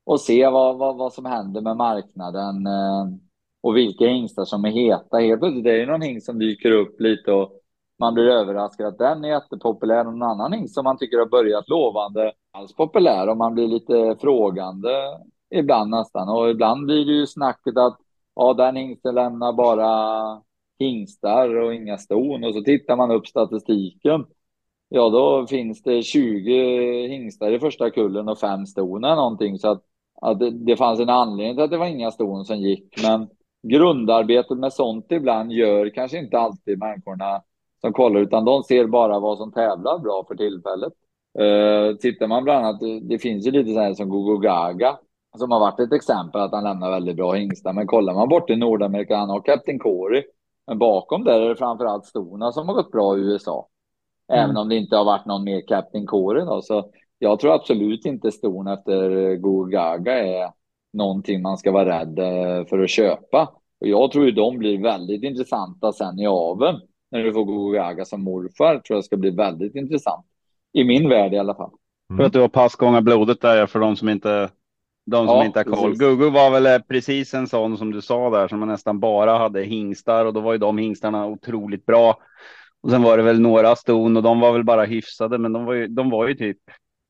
och se vad som händer med marknaden och vilka hingstar som är heta. Helt plötsligt det är ju någon hingst som dyker upp lite och man blir överraskad att den är jättepopulär och någon annan hingst som man tycker har börjat lovande alls populär och man blir lite frågande ibland nästan. Och ibland blir det ju snacket att ja, den hingsten lämnar bara hingstar och inga ston. Och så tittar man upp statistiken. Ja, då finns det 20 hingstar i första kullen och 5 ston eller någonting. Så att det fanns en anledning till att det var inga ston som gick. Men grundarbetet med sånt ibland gör kanske inte alltid människorna som kollar, utan de ser bara vad som tävlar bra för tillfället. Tittar man bland annat, det finns ju lite så här som Gogo Gaga som har varit ett exempel att han lämnar väldigt bra hingstar. Men kollar man bort i Nordamerika, han har Captain Corey. Men bakom där är det framförallt stona som har gått bra i USA. Även om det inte har varit någon mer Captain Corey då. Så jag tror absolut inte ston efter Gogo Gaga är någonting man ska vara rädd för att köpa. Och jag tror ju de blir väldigt intressanta sen i aveln. När du får Gogo Gaga som morfar tror jag ska bli väldigt intressant. I min värld i alla fall. För att du har passgångar blodet där för de som inte har koll. Gugu var väl precis en sån som du sa där som man nästan bara hade hingstar och då var ju de hingstarna otroligt bra. Och sen var det väl några ston och de var väl bara hyfsade men de var ju typ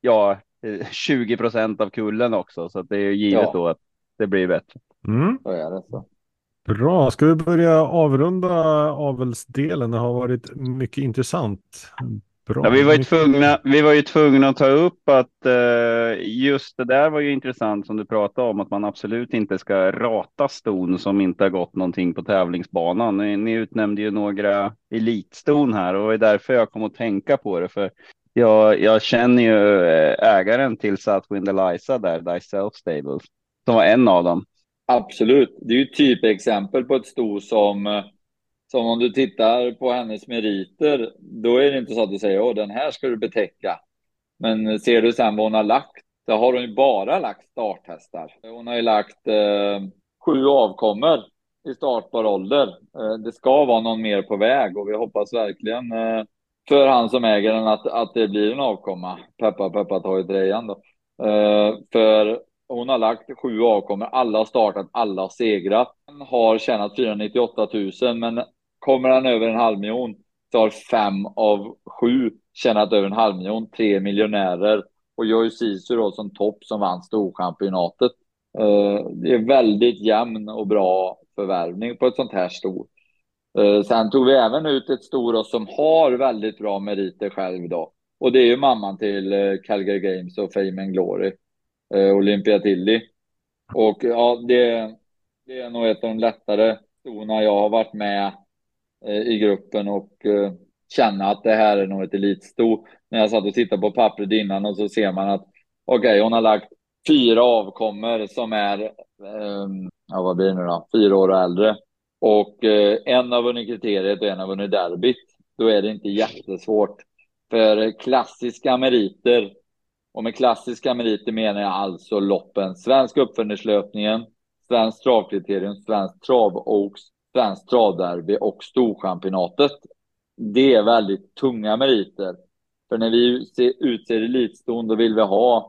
20% av kullen också så att det är ju givet då att det blir bättre. Då är det så. Bra, ska vi börja avrunda avelsdelen? Det har varit mycket intressant. Bra. Ja, vi var ju tvungna att ta upp att just det där var ju intressant som du pratade om att man absolut inte ska rata ston som inte har gått någonting på tävlingsbanan. Ni utnämnde ju några elitston här och det är därför jag kom att tänka på det för jag känner ju ägaren till Southwind Eliza där, Thyself Stables, som var en av dem. Absolut, det är ju typ exempel på ett sto som om du tittar på hennes meriter, då är det inte så att du säger den här ska du betäcka. Men ser du sen vad hon har lagt, så har hon ju bara lagt starthästar. Hon har ju lagt 7 avkommor i startbar ålder. Det ska vara någon mer på väg och vi hoppas verkligen för han som äger den att det blir en avkomma. Peppa tar ju drejan då. För hon har lagt 7 avkommor, alla har startat, alla har segrat. Han har tjänat 498 000 men kommer han över 500 000 så har 5 av 7 tjänat över 500 000, 3 miljonärer. Och Joy Sisu då som topp som vann storchampionatet. Det är väldigt jämn och bra förvärvning på ett sånt här sto. Sen tog vi även ut ett sto som har väldigt bra meriter själv då. Och det är ju mamman till Calgary Games och Fame and Glory, Olympia Tilly. Och ja, det är nog ett av de lättare stona jag har varit med i gruppen och känna att det här är nog ett elitsto. När jag satt och tittade på pappret innan och så ser man att okej, hon har lagt 4 avkommor som är vad blir det nu då? 4 år och äldre. Och en har vunnit kriteriet och en har vunnit derbyt. Då är det inte jättesvårt. För klassiska meriter, och med klassiska meriter menar jag alltså loppen Svensk uppföljningslöpningen, Svensk travkriterium, Svensk travoaks, Svensk travderby och storchampionatet. Det är väldigt tunga meriter. För när vi utser elitston då vill vi ha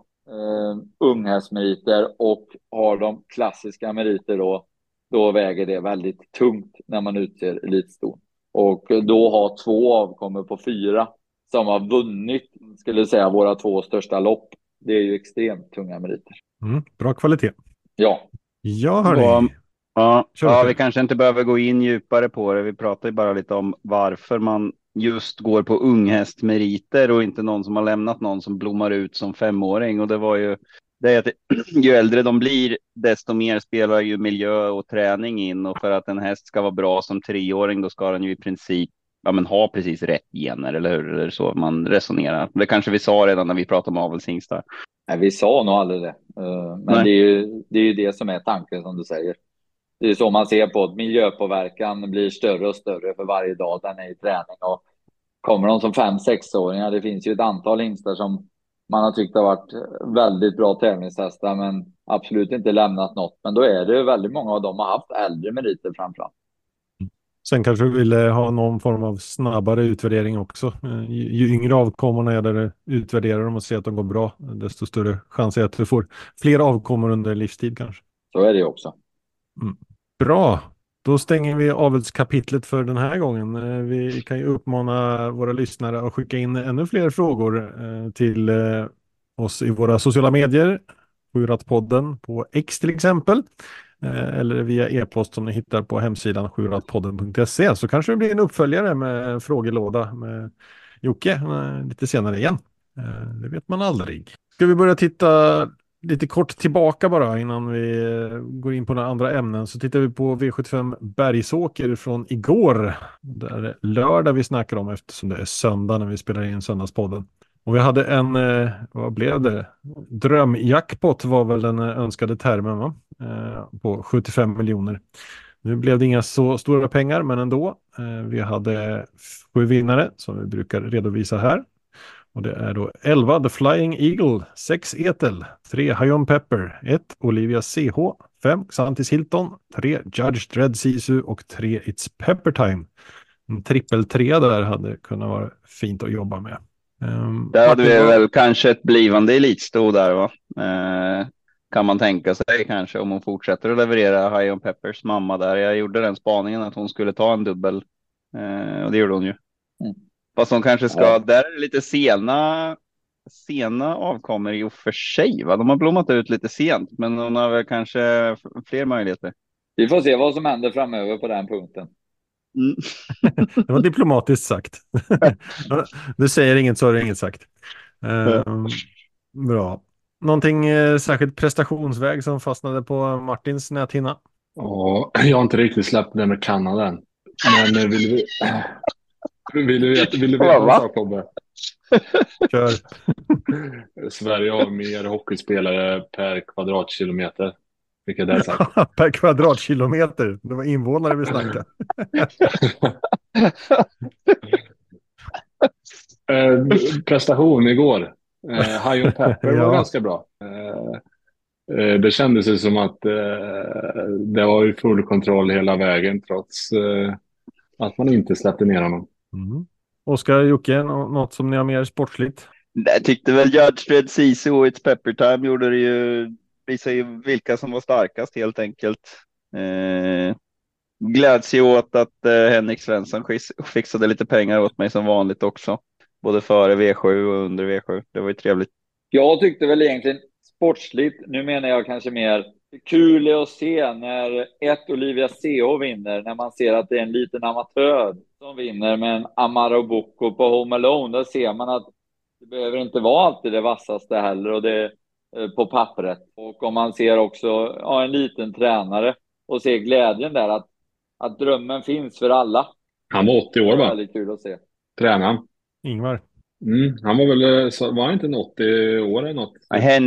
unghästmeriter och har de klassiska meriter då väger det väldigt tungt när man utser elitston. Och då ha 2 avkommor på 4 som har vunnit, skulle jag säga, våra 2 största lopp. Det är ju extremt tunga meriter. Bra kvalitet. Ja. Ja, hörni. Ja, vi kanske inte behöver gå in djupare på det. Vi pratar ju bara lite om varför man just går på unghästmeriter och inte någon som har lämnat någon som blommar ut som 5-åring. Och det var ju det att ju äldre de blir, desto mer spelar ju miljö och träning in. Och för att en häst ska vara bra som 3-åring, då ska den ju i princip ha precis rätt gener, eller hur? Eller så man resonerar. Det kanske vi sa redan när vi pratade om avelshingstar. Nej, vi sa nog aldrig det. Men det är ju det som är tanken som du säger. Det är så man ser på att miljöpåverkan blir större och större för varje dag den är i träning. Och kommer de som 5-6-åringar, det finns ju ett antal hingstar som man har tyckt har varit väldigt bra tävlingshästar men absolut inte lämnat något. Men då är det väldigt många av dem har haft äldre meriter framförallt. Sen kanske du ville ha någon form av snabbare utvärdering också. Ju yngre avkommorna är där du utvärderar dem och ser att de går bra, desto större chans är att du får fler avkommor under livstid kanske. Så är det också. Bra, då stänger vi avelskapitlet för den här gången. Vi kan ju uppmana våra lyssnare att skicka in ännu fler frågor till oss i våra sociala medier. Sjuratpodden på X till exempel. Eller via e-post som ni hittar på hemsidan sjuratpodden.se. Så kanske det blir en uppföljare med frågelåda med Jocke lite senare igen. Det vet man aldrig. Ska vi börja titta lite kort tillbaka bara innan vi går in på några andra ämnen, så tittar vi på V75 Bergsåker från igår. Det är lördag vi snackar om eftersom det är söndag när vi spelar in söndagspodden. Och vi hade en, vad blev det? Drömjackpot var väl den önskade termen, va? På 75 miljoner. Nu blev det inga så stora pengar, men ändå. Vi hade 7 vinnare som vi brukar redovisa här. Och det är då 11 The Flying Eagle, 6 Etel, 3 High Pepper, 1 Olivia CH, 5 Xantis Hilton, 3 Judge Dredd Sisu och 3 It's Pepper Time. En trippel 3 där hade kunnat vara fint att jobba med. Där hade vi väl kanske ett blivande elitsto där, va? Kan man tänka sig kanske om hon fortsätter att leverera High Peppers mamma där. Jag gjorde den spaningen att hon skulle ta en dubbel och det gjorde hon ju. Fast hon kanske ska, där är det lite sena avkommer i och för sig, va? De har blommat ut lite sent, men hon har väl kanske fler möjligheter. Vi får se vad som händer framöver på den punkten. Det var diplomatiskt sagt. Du säger inget så är det inget sagt. Bra. Någonting särskilt prestationsväg som fastnade på Martins näthinna? Ja, jag har inte riktigt släppt det med Kanada än. Men vill du veta en sak, Tobbe? Kör. Sverige har mer hockeyspelare per kvadratkilometer. Vilket det är sagt. Per kvadratkilometer. Det var invånare vi snackade. Prestation igår. High Pepper var ganska bra. Det kändes ju som att det var ju full kontroll hela vägen trots att man inte släppte ner honom. Oskar, Jocke, något som ni har mer sportsligt? Jag tyckte väl Judge Dredd Sisu och It's Pepper Time gjorde det ju, visar ju vilka som var starkast helt enkelt. Gläds ju åt att Henrik Svensson fixade lite pengar åt mig som vanligt också. Både före V7 och under V7. Det var ju trevligt. Jag tyckte väl egentligen sportsligt, nu menar jag kanske mer kul att se när ett Olivia CH vinner, när man ser att det är en liten amatör som vinner med en Amaro Bocco på Home Alone. Där ser man att det behöver inte vara alltid det vassaste heller, och det på pappret. Och om man ser också en liten tränare och ser glädjen där att drömmen finns för alla. Han var 80 år, va? Det är väldigt kul att se. Tränaren. Ingvar. Han var väl, var han inte 80 år eller något?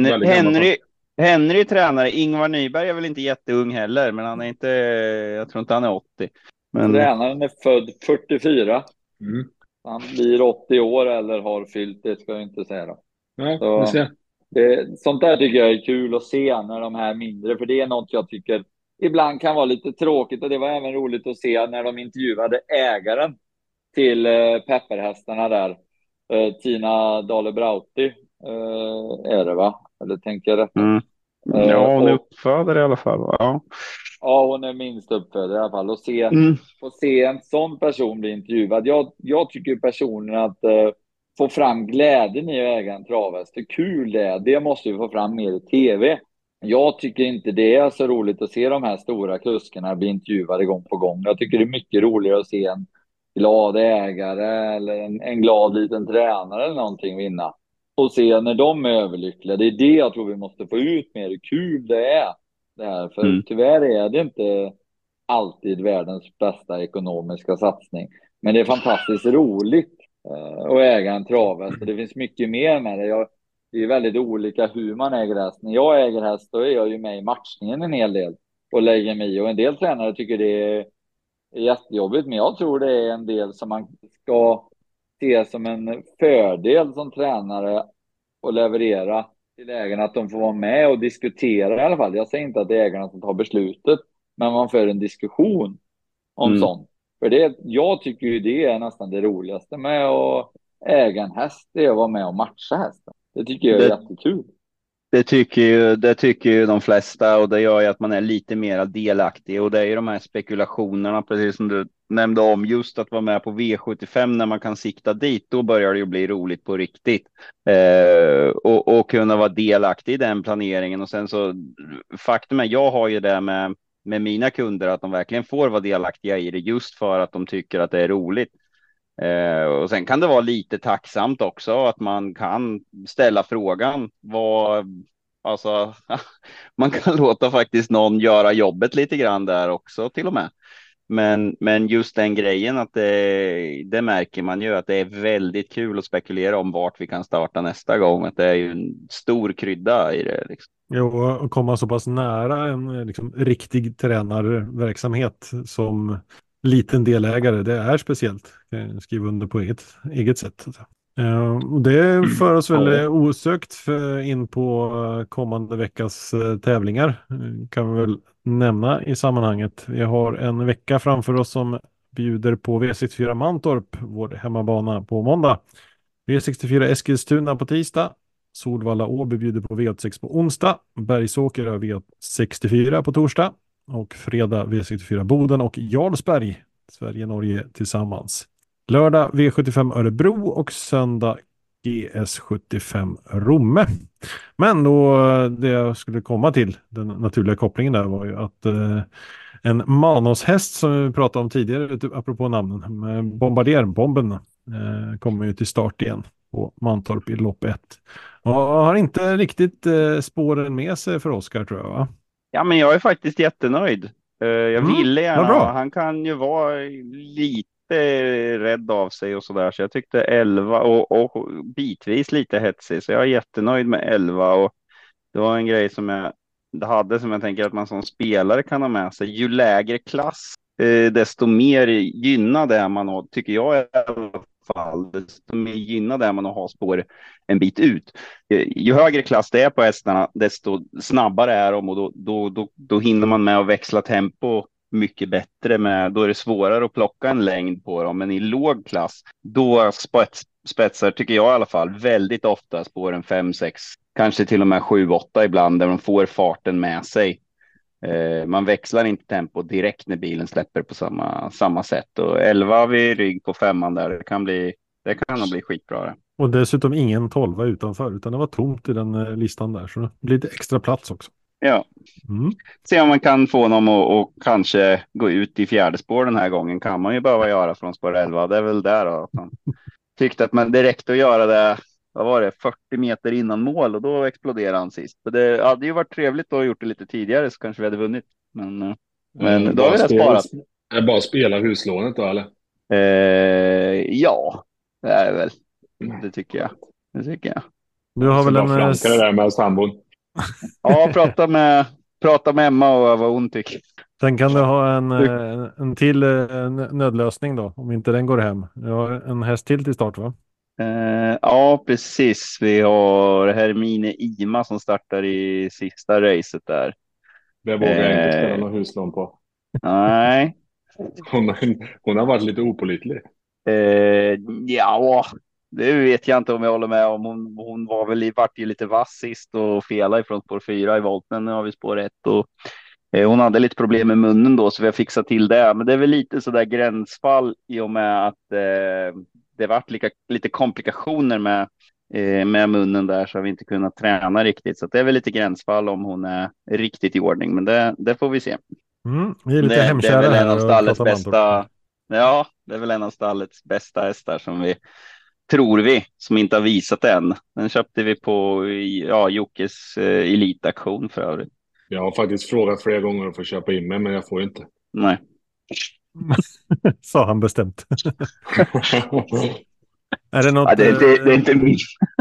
Henry tränare. Ingvar Nyberg är väl inte jätteung heller, men han är inte, jag tror inte han är 80. Men... Tränaren är född 44. Han blir 80 år eller har fyllt, det ska jag inte säga då. Ja, sånt där tycker jag är kul att se när de här mindre, för det är något jag tycker ibland kan vara lite tråkigt, och det var även roligt att se när de intervjuade ägaren till pepperhästarna där. Tina Dale Brauti är det, va? Eller tänker jag rätt? Ja, hon är uppfödare i alla fall. Ja, hon är minst uppfödare i alla fall. Och se en sån person bli intervjuad. Jag tycker personen att få fram glädjen i att äga en travhäst. Hur kul det är. Det måste vi få fram mer i tv. Jag tycker inte det är så roligt att se de här stora kuskarna bli intervjuade gång på gång. Jag tycker det är mycket roligare att se en glad ägare eller en glad liten tränare eller någonting vinna. Och se när de är överlyckliga. Det är det jag tror vi måste få ut mer. Hur kul det är. Det här. För tyvärr är det inte alltid världens bästa ekonomiska satsning. Men det är fantastiskt roligt att äga en travhäst. Det finns mycket mer med det. Det är väldigt olika hur man äger häst. När jag äger häst, då är jag ju med i matchningen en hel del. Och lägger mig i. Och en del tränare tycker det är jättejobbigt. Men jag tror det är en del som man ska se som en fördel som tränare och leverera till ägarna, att de får vara med och diskutera i alla fall. Jag säger inte att det är ägarna som tar beslutet, men man för en diskussion om sånt. För det, jag tycker ju det är nästan det roligaste med att äga en häst, det är att vara med och matcha hästen. Det tycker jag är Det, jättekul. det tycker ju de flesta, och det gör ju att man är lite mer delaktig, och det är ju de här spekulationerna, precis som du nämnde om, just att vara med på V75 när man kan sikta dit, då börjar det ju bli roligt på riktigt. Och kunna vara delaktig i den planeringen, och sen så faktum är, jag har ju det med mina kunder, att de verkligen får vara delaktiga i det just för att de tycker att det är roligt. Och sen kan det vara lite tacksamt också att man kan ställa frågan alltså, man kan låta faktiskt någon göra jobbet lite grann där också till och med. Men just den grejen, att det märker man ju, att det är väldigt kul att spekulera om vart vi kan starta nästa gång. Att det är ju en stor krydda i det liksom. Jo, och komma så pass nära en liksom, riktig tränarverksamhet som liten delägare, det är speciellt. Kan jag skriva under på eget sätt. Och det för oss väl Ja. osökt in på kommande veckas tävlingar. Kan vi väl nämna i sammanhanget. Vi har en vecka framför oss som bjuder på V64 Mantorp, vår hemmabana, på måndag. V64 Eskilstuna på tisdag. Solvalla Åby bjuder på V86 på onsdag. Bergsåker har V64 på torsdag. Och fredag V64 Boden och Jarlsberg. Sverige-Norge tillsammans. Lördag V75 Örebro och söndag GS75 Romme. Men då det jag skulle komma till, den naturliga kopplingen där, var ju att en Manos-häst som vi pratade om tidigare, apropå namnen, med Bombardier-bomben, kommer ju till start igen på Mantorp i lopp 1. Och har inte riktigt spåren med sig för Oskar, tror jag, va? Ja, men jag är faktiskt jättenöjd. Jag ville Vad gärna, bra. han kan ju vara lite rädd av sig och sådär, så jag tyckte 11 och bitvis lite hetsig, så jag är jättenöjd med 11. Och det var en grej som jag tänker att man som spelare kan ha med sig. Ju lägre klass, desto mer gynnad är man, tycker jag i alla fall, desto mer gynnad är man att ha spår en bit ut. Ju högre klass det är på hästarna, desto snabbare är de, och då hinner man med att växla tempo mycket bättre. Då är det svårare att plocka en längd på dem, men i låg klass, då spetsar, tycker jag i alla fall, väldigt ofta spåren 5, 6, kanske till och med 7, 8 ibland, där de får farten med sig. Man växlar inte tempo direkt när bilen släpper på samma sätt. Och 11 vid rygg på 5 där, det kan nog bli skitbra det. Och dessutom ingen 12 utanför, utan det var tomt i den listan där, så det blir lite extra plats också. Ja, se om man kan få honom att kanske gå ut i fjärde spår den här gången. Kan man ju behöva göra från spår 11. Det är väl där då, att man tyckte att man direkt att göra det, vad var det, 40 meter innan mål, och då exploderade han sist. För det hade ju varit trevligt att ha gjort det lite tidigare, så kanske vi hade vunnit. Men då har vi det sparat. Är det bara att spela huslånet då, eller? Ja, det är det väl. Det tycker jag. Du har väl bara en... flankar det där med sambon. Ja, prata med Emma och vad hon tycker. Sen kan du ha en till nödlösning då, om inte den går hem. Du har en häst till start, va? Ja, precis. Vi har Hermine Ima som startar i sista racet där. Det vågar jag inte spela någon huslån på. Nej. Hon har varit lite opålitlig. Ja, det vet jag inte om jag håller med om. Hon vart ju lite vass sist och felade från spår 4 i volten. Nu har vi spår 1 och hon hade lite problem med munnen då, så vi har fixat till det. Men det är väl lite sådär gränsfall i och med att det varit lite komplikationer med munnen där, så har vi inte kunnat träna riktigt. Så det är väl lite gränsfall om hon är riktigt i ordning, men det får vi se. Vi är lite hemkära det är väl här. en av stallets bästa. Ja, det är väl en av stallets bästa hästar som inte har visat än. Den köpte vi på Jockes elitaktion för övrigt. Jag har faktiskt frågat flera gånger att få köpa in mig, men jag får inte. Nej. Sa han bestämt. Är det något... Ja, det är inte min.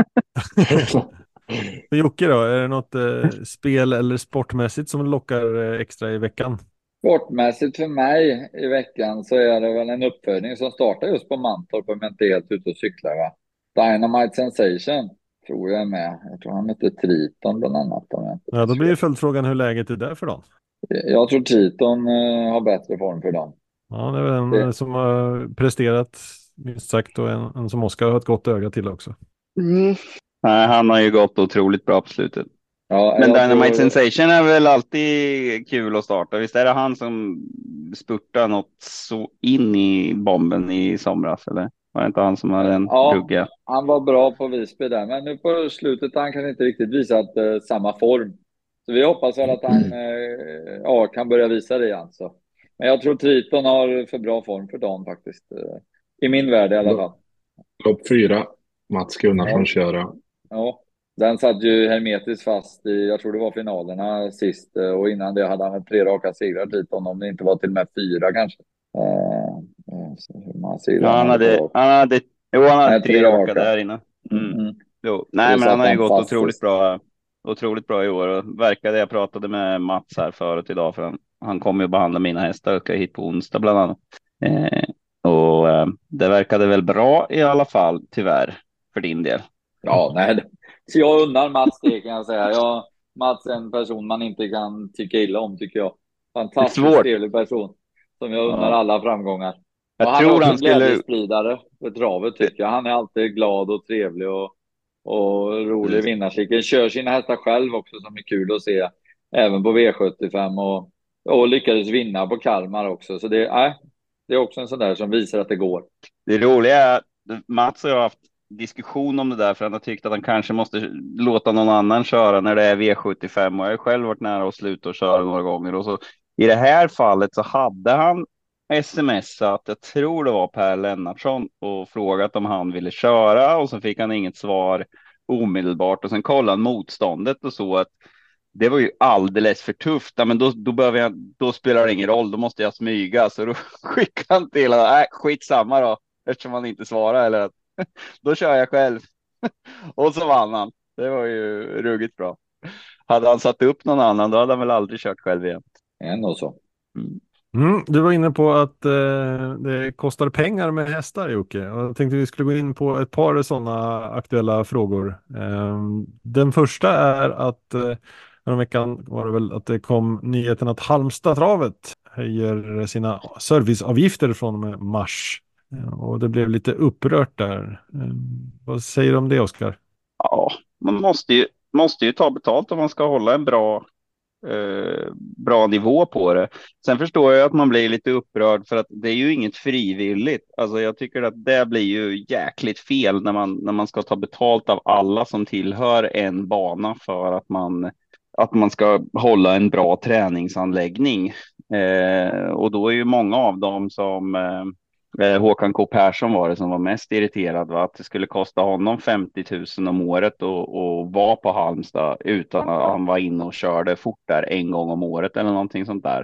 För Jocke då, är det något spel eller sportmässigt som lockar extra i veckan? Sportmässigt för mig i veckan så är det väl en uppfödning som startar just på Mantorp, om jag inte är helt ute och cyklar, va? Dynamite Sensation tror jag är med. Jag tror han heter Triton bland annat. Ja, då blir ju följdfrågan hur läget är där för dem. Jag tror Triton har bättre form för dem. Ja, det är väl Det, en som har presterat minst sagt och en som Oskar har ett gott öga till också. Nej, han har ju gått otroligt bra på slutet. ja, Men jag Dynamite tror, Sensation är väl alltid kul att starta. Visst är det han som spurtar något så in i bomben i somras, eller? Var det inte han som hade en ja, rugga? han var bra på Visby där, men nu på slutet han kan inte riktigt visa att, samma form. Så vi hoppas väl att han ja, kan börja visa det alltså. Men jag tror Triton har för bra form för dagen faktiskt. I min värld i alla fall. Lopp 4. Mats Gunnarsson Ja, köra. ja. Den satt ju hermetiskt fast i, jag tror det var finalerna sist. Och innan det hade han väl 3 raka segrar Triton, om det inte var till och med 4 kanske. Så hur många segrar Ja, han hade på rak. han hade Nej, 3 tre raka raka. där inne. Mm, mm. Jo. Och Nej, då men han satt har ju han gått fast sist. otroligt bra i år. Och verkade, jag pratade med Mats här förut idag, för han kommer ju behandla mina hästar och ska hit på onsdag bland annat. Det verkade väl bra i alla fall, tyvärr, för din del. Ja, nej. Så jag undrar Mats det kan jag säga. Mats är en person man inte kan tycka illa om tycker jag. Det är Fantastiskt svårt. trevlig person. Som jag undrar Ja. alla framgångar. Och Jag han är tror också han en skulle... glädjespridare för travet tycker jag. Han är alltid glad och trevlig och rolig vinnarcykel. Kör sina hästar själv också som är kul att se. Även på V75 och lyckades vinna på Kalmar också. Så det är också en sån där som visar att det går. Det roliga är att Mats och jag har haft diskussion om det där, för han har tyckt att han kanske måste låta någon annan köra när det är V75, och jag har själv varit nära att sluta och köra några gånger, och så i det här fallet så hade han smsat, jag tror det var Per Lennartsson, och frågat om han ville köra, och så fick han inget svar omedelbart, och sen kollade han motståndet och så att det var ju alldeles för tufft. Ja, men då spelar det ingen roll, då måste jag smyga. Så då skickade han till, skitsamma då, eftersom han inte svarade, eller att då kör jag själv. Och så vann han. Det var ju ruggigt bra. Hade han satt upp någon annan, då hade han väl aldrig kört själv igen. Ändå så. Du var inne på att det kostar pengar med hästar, Jocke. Och jag tänkte vi skulle gå in på ett par sådana aktuella frågor. Den första är att den veckan var det väl att det kom nyheten att Halmstadtravet höjer sina serviceavgifter från och med mars. Och det blev lite upprört där. Vad säger du om det, Oskar? Ja, man måste ju ta betalt om man ska hålla en bra nivå på det. Sen förstår jag att man blir lite upprörd, för att det är ju inget frivilligt. Alltså jag tycker att det blir ju jäkligt fel när man ska ta betalt av alla som tillhör en bana för att man ska hålla en bra träningsanläggning. Och då är ju många av dem som Håkan K Persson var det som var mest irriterad, va? Att det skulle kosta honom 50 000 om året och vara på Halmstad utan att han var inne och körde fort där en gång om året eller någonting sånt där.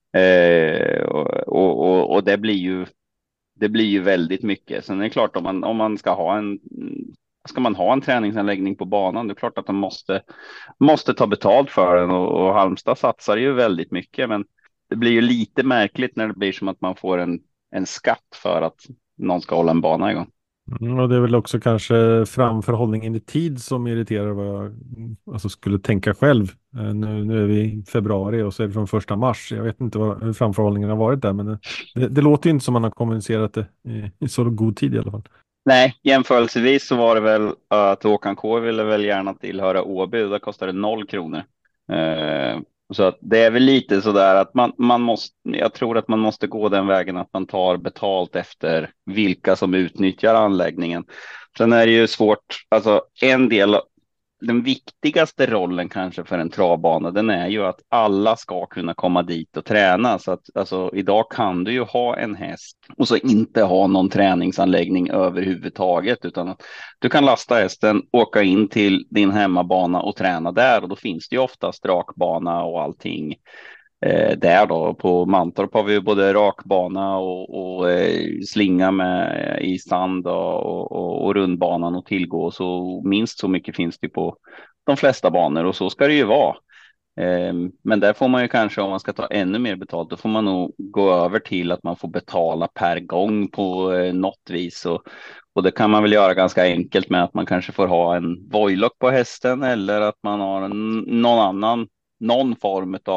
Och det blir ju väldigt mycket. Sen är det klart, om man ska man ha en träningsanläggning på banan, det är klart att de måste ta betalt för den, och Halmstad satsar ju väldigt mycket, men det blir ju lite märkligt när det blir som att man får en skatt för att någon ska hålla en bana igång. Och det är väl också kanske framförhållningen i tid som irriterar vad jag alltså skulle tänka själv. Nu är vi i februari och så är det från 1 mars. Jag vet inte hur framförhållningen har varit där, men det låter ju inte som man har kommunicerat det i så god tid i alla fall. Nej, jämförelsevis så var det väl att Håkan K ville väl gärna tillhöra Åby, och där kostade det 0 kronor. Så att det är väl lite så där att jag tror att man måste gå den vägen att man tar betalt efter vilka som utnyttjar anläggningen. Sen är det ju svårt, alltså den viktigaste rollen kanske för en travbana, den är ju att alla ska kunna komma dit och träna. Så att alltså, idag kan du ju ha en häst och så inte ha någon träningsanläggning överhuvudtaget, utan att du kan lasta hästen, åka in till din hemmabana och träna där, och då finns det ju oftast rakbana och allting där då. På Mantorp har vi ju både rakbana och slinga med i sand och rundbanan och tillgå, så minst så mycket finns det på de flesta banor, och så ska det ju vara. Men där får man ju kanske, om man ska ta ännu mer betalt, då får man nog gå över till att man får betala per gång på något vis, och det kan man väl göra ganska enkelt med att man kanske får ha en voilock på hästen, eller att man har någon form av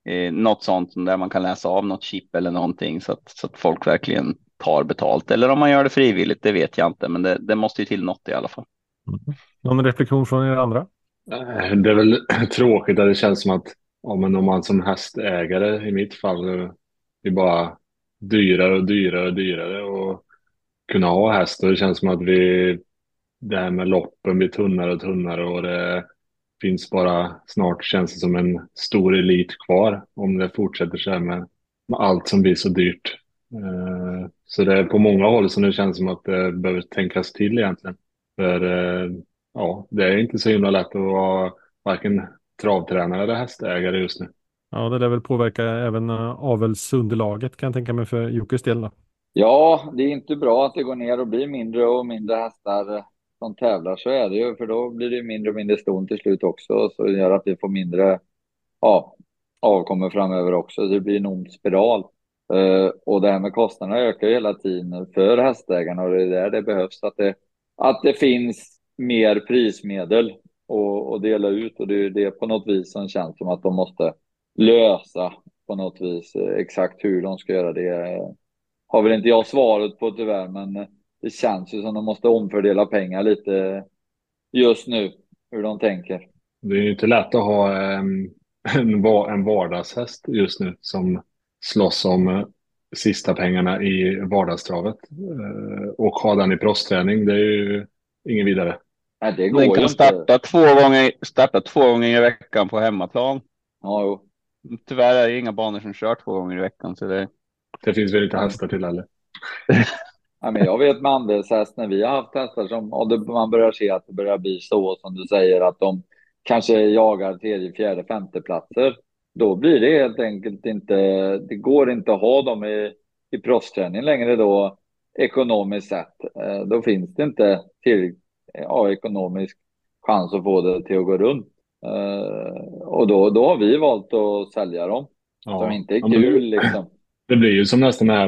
något sånt där man kan läsa av något chip eller någonting så att folk verkligen tar betalt. Eller om man gör det frivilligt, det vet jag inte, men det måste ju till något i alla fall. Någon reflektion från er andra? Det är väl tråkigt att det känns som att men om man som hästägare i mitt fall det är bara dyrare och dyrare och dyrare och kunna ha häst och det känns som att det här med loppen blir tunnare och tunnare och det finns bara snart känns det som en stor elit kvar om det fortsätter så här med allt som blir så dyrt. Så det är på många håll som det känns som att det behöver tänkas till egentligen. För det är inte så himla lätt att vara varken travtränare eller hästägare just nu. Ja, det lär väl påverka även avelsunderlaget kan jag tänka mig för Jockes del då. Ja, det är inte bra att det går ner och blir mindre och mindre hästar som tävlar, så är det ju, för då blir det mindre och mindre ston till slut också, så det gör att vi får mindre avkommer framöver också. Det blir en ond spiral. Och det här med kostnaderna ökar ju hela tiden för hästägarna och det är där det behövs att det finns mer prismedel och dela ut, och det är det på något vis som känns som att de måste lösa på något vis. Exakt hur de ska göra det har väl inte jag svaret på tyvärr, men det känns ju som de måste omfördela pengar lite just nu, hur de tänker. Det är ju inte lätt att ha en vardagshäst just nu som slåss om sista pengarna i vardagstravet. Och ha den i proffsträning, det är ju ingen vidare. Nej, det går Den ju kan inte. starta två gånger i veckan på hemmaplan. Ja, jo. Tyvärr är det inga banor som kör 2 gånger i veckan. Så Det finns väl inte hästar till heller. Ja, men jag vet med andelshäst när vi har haft hästar som man börjar se att det börjar bli så som du säger, att de kanske jagar 3:e, 4:e, 5:e platser. Då blir det helt enkelt inte, det går inte att ha dem i proffsträning längre då ekonomiskt sett. Då finns det inte ekonomisk chans att få det till att gå runt. Och då har vi valt att sälja dem. Som inte är kul liksom. Det blir ju som nästan det här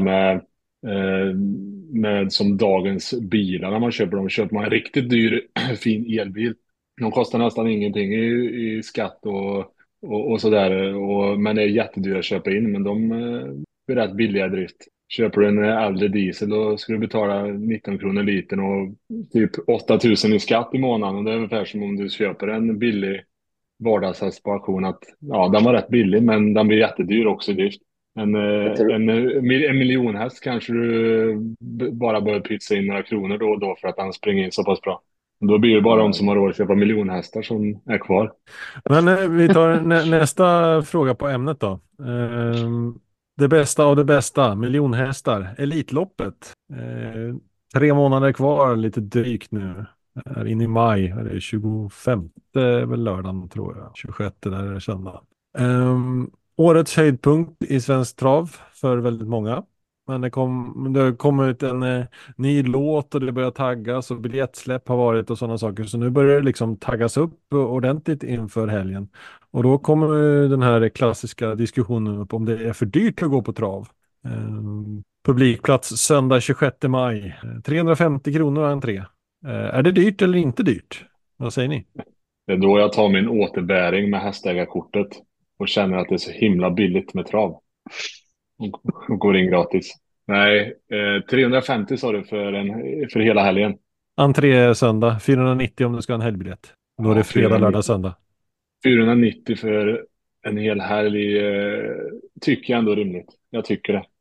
med som dagens bilar när man köper dem. Köper man en riktigt dyr fin elbil. De kostar nästan ingenting i skatt och sådär. Men det är jättedyra att köpa in. Men de är rätt billiga i drift. Köper du en äldre diesel då ska du betala 19 kronor litern och typ 8 000 i skatt i månaden. Och det är ungefär som om du köper en billig vardagshäst på auktion. Den var rätt billig men den blir jättedyr också i drift. En miljonhäst kanske du bara behöver pytsa in några kronor då och då för att han springer in så pass bra. Då blir det bara de som har råd att köpa miljonhästar som är kvar. Men vi tar nästa fråga på ämnet då. Det bästa av det bästa, miljonhästar, Elitloppet. 3 månader kvar, lite drygt nu. Är in i maj, är det 25 väl lördagen tror jag. 26 där är det söndag. Årets höjdpunkt i svensk trav för väldigt många. Men det kom ut en ny låt och det börjar taggas och biljettsläpp har varit och sådana saker. Så nu börjar det liksom taggas upp ordentligt inför helgen. Och då kommer den här klassiska diskussionen upp om det är för dyrt att gå på trav. Publikplats söndag 26 maj. 350 kronor entré. Är det dyrt eller inte dyrt? Vad säger ni? Det är då jag tar min återbäring med hästägarkortet och känner att det är så himla billigt med trav. Och går in gratis. Nej, 350 sa du för hela helgen. Entré söndag, 490 om du ska ha en helgbiljett. Då är det fredag, 490. lördag, söndag. 490 för en hel helg tycker jag ändå är rimligt. Jag tycker det.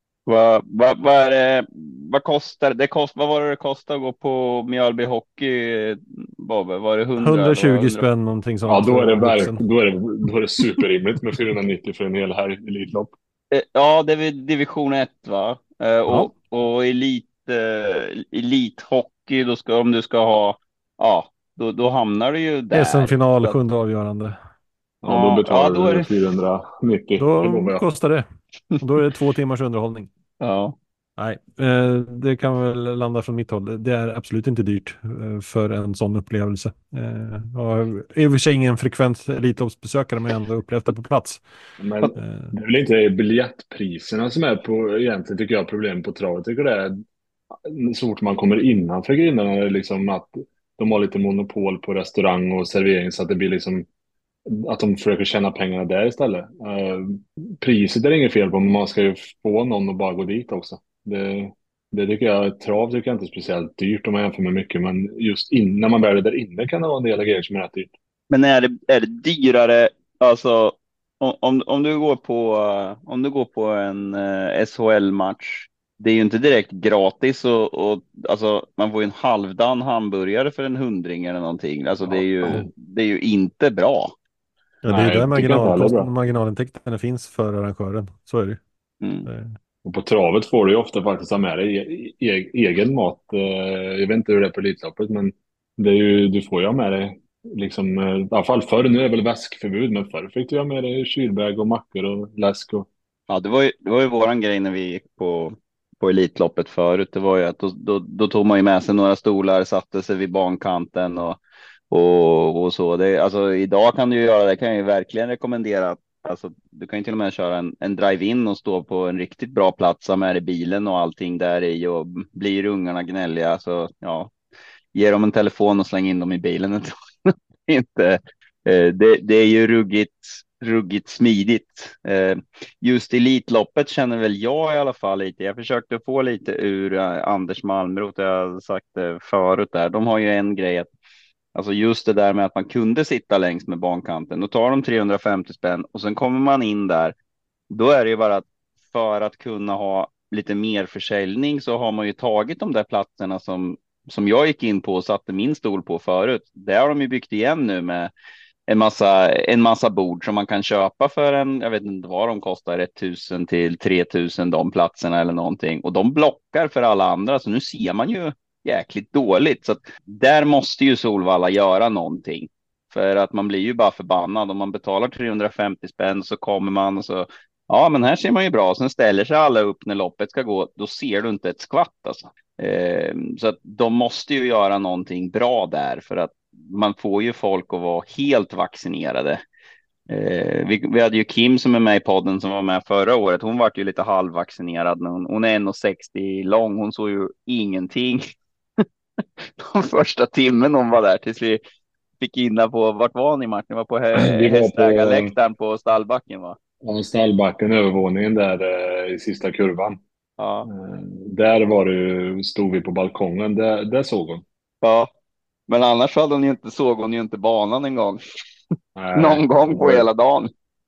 Vad kostar det? Vad var det kostade att gå på Mjölby Hockey? Var det 120 spänn någonting sånt. Ja, då är det superrimligt med 490 för en hel helg Elitlopp. Ja, det är division 1 va? Och elithockey om du ska ha då hamnar du ju där. SM-final, 7:e avgörande. Ja, då betalar du 490. Då kostar det. Och då är det 2 timmars underhållning. Ja. Nej, det kan väl landa från mitt håll. Det är absolut inte dyrt för en sån upplevelse. Jag är i och för sig ingen frekvent elitloppsbesökare men ändå upplevt det på plats. Men det är väl inte biljettpriserna som är på egentligen tycker jag problem på travet. Jag tycker det är så fort man kommer innanför grindarna liksom att de har lite monopol på restaurang och servering så att det blir liksom att de försöker tjäna pengarna där istället. Priset är det inget fel på, men man ska ju få någon att bara gå dit också. Det tycker jag, trav tycker jag inte är speciellt dyrt om man jämför med mycket, men just när man väl är där inne kan det vara en del grejer som är rätt dyrt. Men är det dyrare, alltså om du går på, om du går på en SHL-match, det är ju inte direkt gratis och alltså man får ju en halvdan hamburgare för en 100 eller någonting. Alltså det är ju inte bra. Ja, det är ju Nej, där jag tycker inte heller är bra. marginalintäkterna finns för arrangören. Så är det ju. Mm. Och på travet får du ju ofta faktiskt ha med dig egen mat. Jag vet inte hur det är på Elitloppet, men det är ju, du får ju ha med dig liksom, i alla fall förr, nu är det väl väskförbud, men förr fick du ha med dig kylbag och mackor och läsk och... Ja, det var ju våran grej när vi gick på Elitloppet förut. Det var ju att då tog man ju med sig några stolar, satte sig vid bankanten och så. Alltså idag kan du ju göra det, kan jag ju verkligen rekommendera. Alltså, du kan ju till och med köra en drive-in och stå på en riktigt bra plats, ha med i bilen och allting där i, och blir ungarna gnälliga så ja, ge dem en telefon och släng in dem i bilen. Jag tror inte. Det är ju ruggigt smidigt. Just Elitloppet känner väl jag i alla fall lite. Jag försökte få lite ur Anders Malmroth, jag har sagt det förut där. De har ju en grej att, alltså just det där med att man kunde sitta längs med bankanten. Då tar de 350 spänn och sen kommer man in där. Då är det ju bara att för att kunna ha lite mer försäljning så har man ju tagit de där platserna som jag gick in på och satte min stol på förut. Det har de ju byggt igen nu med en massa bord som man kan köpa för jag vet inte vad de kostar, 1000 till 3000 de platserna eller någonting. Och de blockar för alla andra, så nu ser man ju jäkligt dåligt. Så att där måste ju Solvalla göra någonting. För att man blir ju bara förbannad om man betalar 350 spänn så kommer man och så, ja men här ser man ju bra. Sen ställer sig alla upp när loppet ska gå, då ser du inte ett skvatt alltså. Så att de måste ju göra någonting bra där, för att man får ju folk att vara helt vaccinerade. Vi hade ju Kim som är med i podden som var med förra året. Hon var ju lite halvvaccinerad. Hon är 1,60 lång. Hon såg ju ingenting. De första timmen hon var där tills vi fick in på, vart var ni Martin? Var på Vi var hästägarläktaren på stallbacken va? på stallbacken, övervåningen där i sista kurvan. Ja. Där stod vi på balkongen, där såg hon. Ja. Men annars såg hon ju inte banan en gång. Nej, någon gång på hela dagen.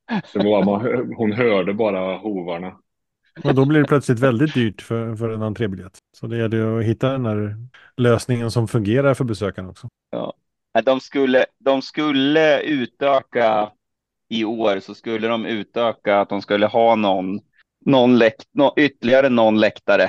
Hon hörde bara hovarna. Och då blir det plötsligt väldigt dyrt för en entrébiljett. Så det gäller ju att hitta den här lösningen som fungerar för besökarna också. Ja. De skulle utöka i år, så skulle de utöka att de skulle ha ytterligare någon läktare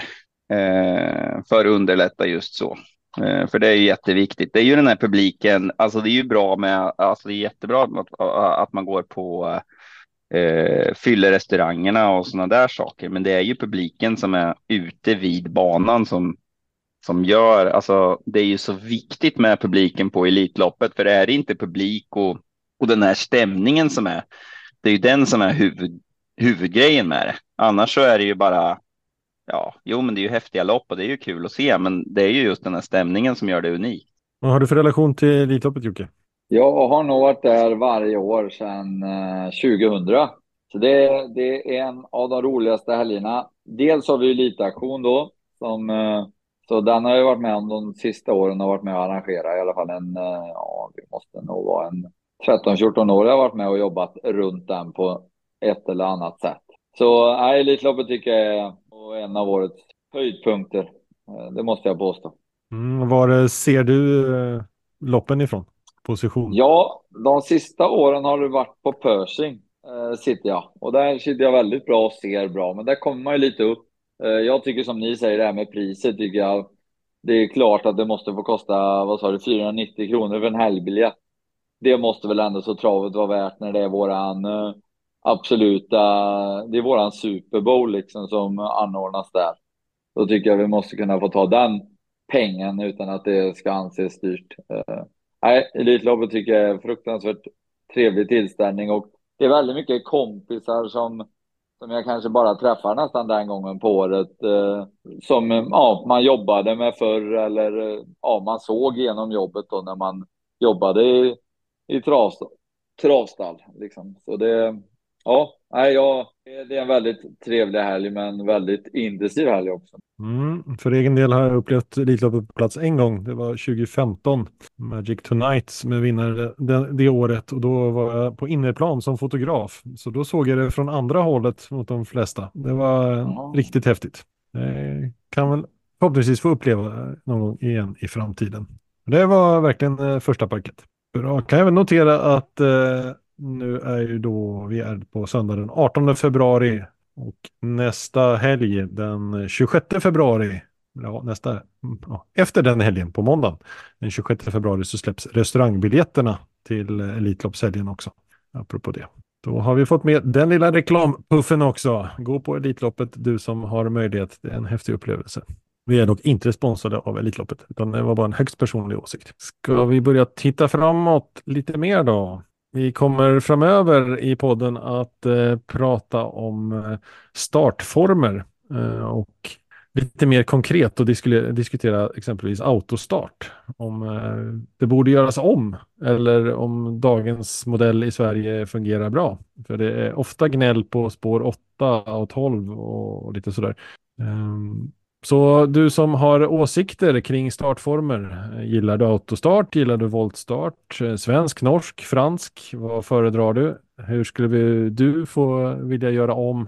för att underlätta just så. För det är ju jätteviktigt. Det är ju den här publiken, alltså det är ju bra alltså det är jättebra att man går på fyller restaurangerna och sådana där saker. Men det är ju publiken som är ute vid banan som gör, alltså det är ju så viktigt med publiken på Elitloppet, för är det inte publik och den här stämningen som är, det är ju den som är huvudgrejen med det. Annars så är det ju bara, ja, jo men det är ju häftiga lopp och det är ju kul att se, men det är ju just den här stämningen som gör det unikt. Vad har du för relation till Elitloppet, Jocke? Jag har nog varit där varje år sedan 2000. Så det är en av de roligaste helgerna. Dels har vi Elitaktion då, så den har jag varit med om de sista åren, har varit med och arrangera i alla fall vi måste nog vara en 13-14 år jag har varit med och jobbat runt den på ett eller annat sätt. Så Elitloppet tycker jag är en av årets höjdpunkter. Det måste jag påstå. Var ser du loppen ifrån? Position? Ja, de sista åren har det varit på Pershing sitter jag. Och där sitter jag väldigt bra och ser bra. Men där kommer man ju lite upp. Jag tycker som ni säger, det här med priset tycker jag. Det är klart att det måste få kosta, 490 kronor för en helgbiljett. Det måste väl ändå så travet vara värt när det är våran det är våran Super Bowl liksom som anordnas där. Då tycker jag vi måste kunna få ta den pengen utan att det ska anses styrt. Elitloppet tycker jag är fruktansvärt trevlig tillställning och det är väldigt mycket kompisar som jag kanske bara träffar nästan den gången på året som man jobbade med förr eller man såg genom jobbet då när man jobbade i Travstad. travstall. Liksom. Så det, det är en väldigt trevlig helg, men väldigt intensiv helg också. För egen del har jag upplevt Elitloppet på plats en gång. Det var 2015. Magic Tonight som är vinnare det året. Och då var jag på innerplan som fotograf. Så då såg jag det från andra hållet mot de flesta. Det var riktigt häftigt. Det kan väl förhoppningsvis få uppleva någon gång igen i framtiden. Det var verkligen första parket. Bra. Kan jag väl notera att nu är ju då vi är på söndag den 18 februari. Och nästa helg, den 26 februari, efter den helgen på måndag, den 26 februari så släpps restaurangbiljetterna till Elitloppshelgen också. Apropå det. Då har vi fått med den lilla reklampuffen också. Gå på Elitloppet, du som har möjlighet. Det är en häftig upplevelse. Vi är dock inte sponsrade av Elitloppet, utan det var bara en högst personlig åsikt. Ska vi börja titta framåt lite mer då? Vi kommer framöver i podden att prata om startformer och lite mer konkret och diskutera exempelvis autostart. Om det borde göras om eller om dagens modell i Sverige fungerar bra. För det är ofta gnäll på spår 8 och 12 och lite sådär. Så du som har åsikter kring startformer, gillar du autostart, gillar du voltstart, svensk, norsk, fransk, vad föredrar du? Hur skulle du få vilja göra om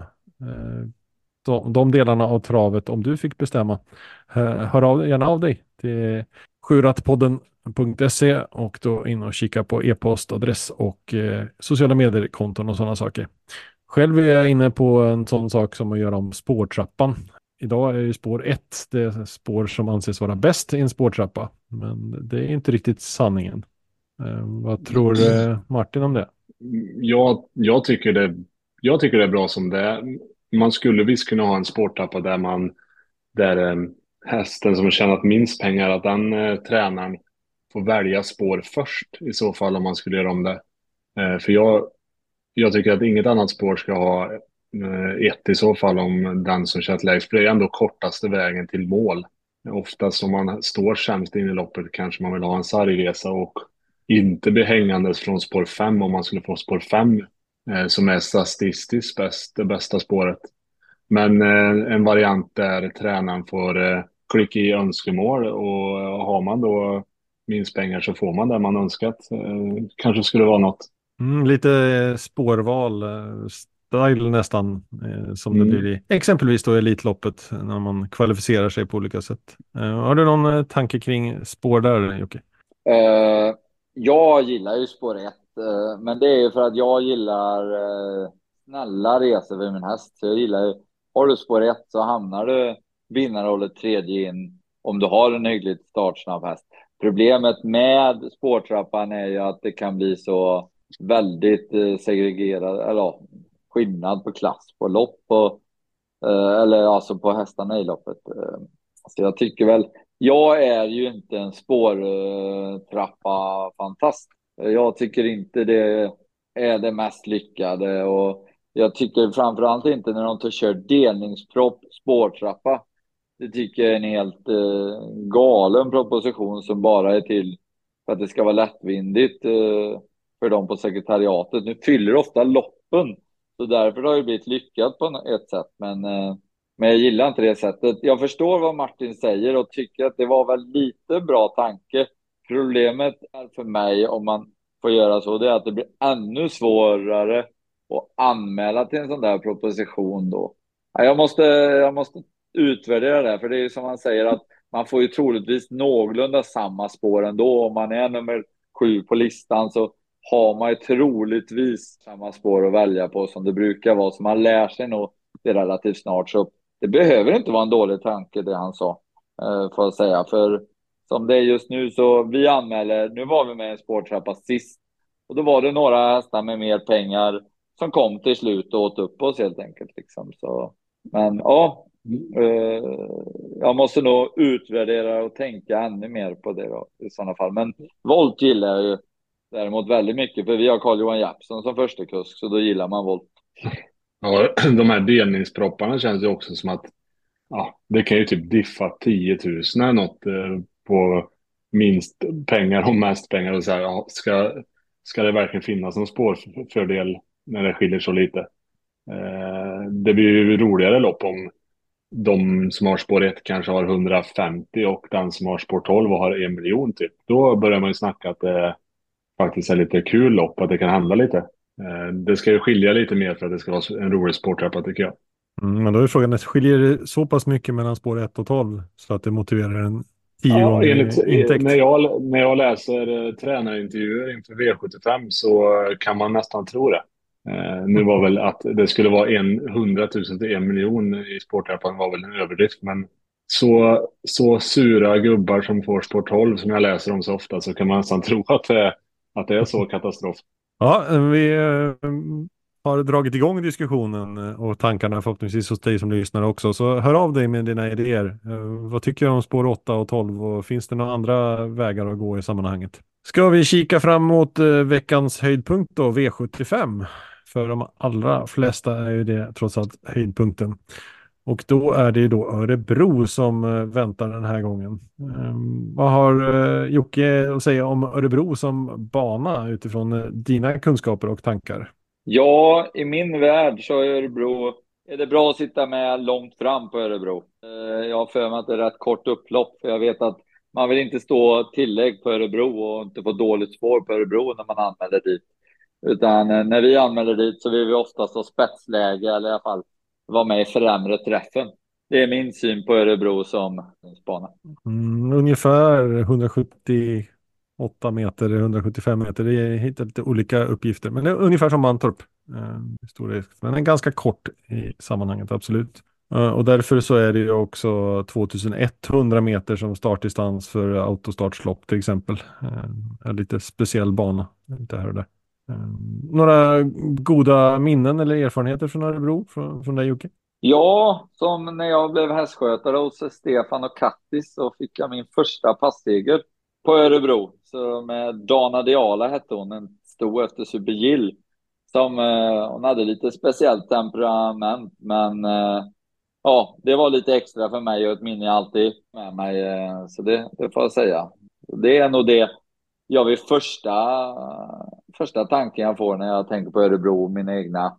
de delarna av travet om du fick bestämma? Hör gärna av dig till sjurattpodden.se och då in och kika på e-postadress och sociala medier-konton och sådana saker. Själv är jag inne på en sån sak som att göra om spårtrappan. Idag är ju spår 1 det spår som anses vara bäst i en spårtrappa. Men det är inte riktigt sanningen. Vad tror Martin om det? Jag tycker det är bra som det är. Man skulle visst kunna ha en spårtrappa där hästen som har tjänat minst pengar, att den tränaren får välja spår först i så fall om man skulle göra om det. För jag tycker att inget annat spår ska ha ett i så fall om den som kört lägst. För det är ändå kortaste vägen till mål. Oftast om man står sämst in i loppet kanske man vill ha en sargresa och inte bli hängandes från spår 5 om man skulle få spår 5 som är statistiskt det bästa spåret. Men en variant där tränaren får klicka i önskemål och har man då minst pengar så får man det man önskat. Kanske skulle vara något. Lite spårval style nästan som det blir i exempelvis då Elitloppet när man kvalificerar sig på olika sätt. Har du någon tanke kring spår där, Jocke? Jag gillar ju spår 1, men det är ju för att jag gillar snälla resor för min häst. Så jag gillar ju, har du spår 1 så hamnar du vinnarhållet tredje in om du har en hyggligt startsnabb häst. Problemet med spårtrappan är ju att det kan bli så väldigt segregerad, eller skillnad på klass på lopp och, eller alltså på hästarna i loppet. Så jag tycker väl, jag är ju inte en spårtrappa fantast. Jag tycker inte det är det mest lyckade och jag tycker framförallt inte när de kör delningspropp spårtrappa. Det tycker jag är en helt galen proposition som bara är till för att det ska vara lättvindigt för dem på sekretariatet. Nu fyller ofta loppen, så därför har det blivit lyckat på ett sätt. Men jag gillar inte det sättet. Jag förstår vad Martin säger och tycker att det var väl lite bra tanke. Problemet är för mig om man får göra så, det är att det blir ännu svårare att anmäla till en sån där proposition då. Jag måste utvärdera det, för det är ju som man säger att man får ju troligtvis någorlunda samma spår ändå. Om man är nummer 7 på listan så har man ju troligtvis samma spår att välja på som det brukar vara. Så man lär sig nog det relativt snart. Så det behöver inte vara en dålig tanke det han sa, får jag säga. För som det är just nu så vi anmäler, nu var vi med en spårtrappa sist. Och då var det några hästar med mer pengar som kom till slut och åt upp oss helt enkelt. Liksom. Så, men ja, jag måste nog utvärdera och tänka ännu mer på det då, i sådana fall. Men volt gillar jag ju däremot väldigt mycket, för vi har Carl-Johan Jeppsson som första kusk, så då gillar man volt. Ja, de här delningspropparna känns ju också som att det kan ju typ diffa 10 000 eller något på minst pengar och mest pengar. Och så här, ska det verkligen finnas någon spårfördel när det skiljer så lite. Det blir ju roligare lopp om de som har spår 1 kanske har 150 och den som har spår 12 och har 1 miljon typ. Då börjar man ju snacka att det faktiskt är lite kul lopp, att det kan hända lite. Det ska ju skilja lite mer för att det ska vara en rolig sporttrappa tycker jag. Men då är frågan, det skiljer det så pass mycket mellan spår 1 och 12 så att det motiverar en 10 Ja, gånger intäkt? när jag läser tränarintervjuer inför V75 så kan man nästan tro det. Nu var väl att det skulle vara 100 000 till 1 miljon i sporttrappan var väl en överdrift, men så sura gubbar som får sport 12 som jag läser om så ofta så kan man nästan tro att det är så katastrof. Ja, vi har dragit igång diskussionen och tankarna förhoppningsvis hos dig som lyssnar också. Så hör av dig med dina idéer. Vad tycker du om spår 8 och 12 och finns det några andra vägar att gå i sammanhanget? Ska vi kika fram mot veckans höjdpunkt då, V75? För de allra flesta är ju det trots allt höjdpunkten. Och då är det ju då Örebro som väntar den här gången. Vad har Jocke att säga om Örebro som bana utifrån dina kunskaper och tankar? Ja, i min värld så är det bra att sitta med långt fram på Örebro. Jag har för mig att det är rätt kort upplopp, för jag vet att man vill inte stå tillägg på Örebro och inte få dåligt spår på Örebro när man anmäler dit. Utan när vi anmäler dit så vill vi oftast ha spetsläge eller i alla fall vara med i främre träffen. Det är min syn på Örebro som bana. Ungefär 178 meter, 175 meter. Det är hittat lite olika uppgifter. Men det är ungefär som Mantorp. Men en ganska kort i sammanhanget, absolut. Och därför så är det ju också 2100 meter som startdistans för autostartslopp till exempel. En lite speciell bana. Inte här och där. Några goda minnen eller erfarenheter från Örebro från dig Jocke? Ja, som när jag blev hästskötare hos Stefan och Kattis så fick jag min första passseger på Örebro. Så med Dana Diala hette hon, en stor efter Supergill. Hon hade lite speciellt temperament, men ja, det var lite extra för mig och ett minne jag alltid med mig. Så det får jag säga. Det är nog det jag vid första tanken jag får när jag tänker på Örebro och mina egna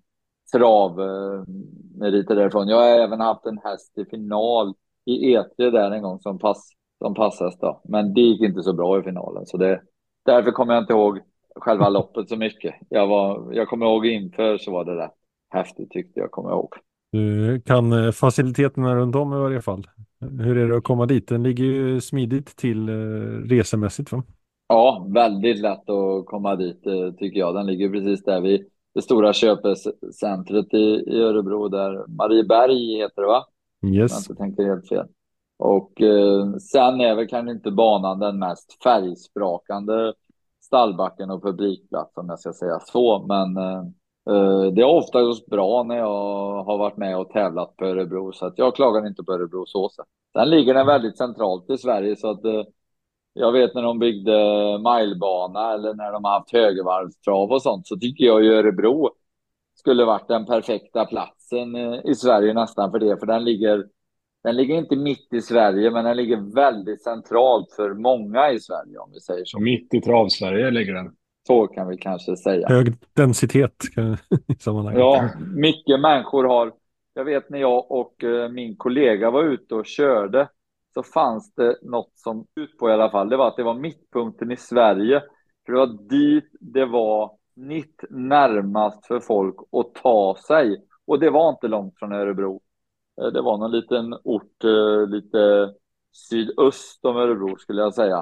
travmeriter därifrån. Jag har även haft en häst i final i E3 där en gång som passhäst då. Men det gick inte så bra i finalen. Så därför kommer jag inte ihåg själva loppet så mycket. Jag kommer ihåg inför så var det rätt häftigt tyckte jag kommer ihåg. Du kan faciliteterna runt om i varje fall. Hur är det att komma dit? Den ligger ju smidigt till resemässigt va? Ja, väldigt lätt att komma dit tycker jag. Den ligger precis där vid det stora köpcentret i Örebro där Marieberg heter det va? Yes. Jag inte tänker helt fel. Och sen är väl kanske inte banan den mest färgsprakande stallbacken och publikplats om jag ska säga så. Men det har ofta gått bra när jag har varit med och tävlat på Örebro. Så att jag klagar inte på Örebro så sätt. Sen ligger den väldigt centralt i Sverige så att jag vet när de byggde milebana eller när de har haft högervarvstrav och sånt så tycker jag ju Örebro skulle varit den perfekta platsen i Sverige nästan för det. För den ligger inte mitt i Sverige men den ligger väldigt centralt för många i Sverige om vi säger så. Mitt i trav-Sverige ligger den. Så kan vi kanske säga. Hög densitet i sammanhanget. Ja, mycket människor har. Jag vet när jag och min kollega var ute och körde så fanns det något som ut på i alla fall. Det var att det var mittpunkten i Sverige. För det var dit det var närmast för folk att ta sig. Och det var inte långt från Örebro. Det var någon liten ort lite sydöst om Örebro skulle jag säga.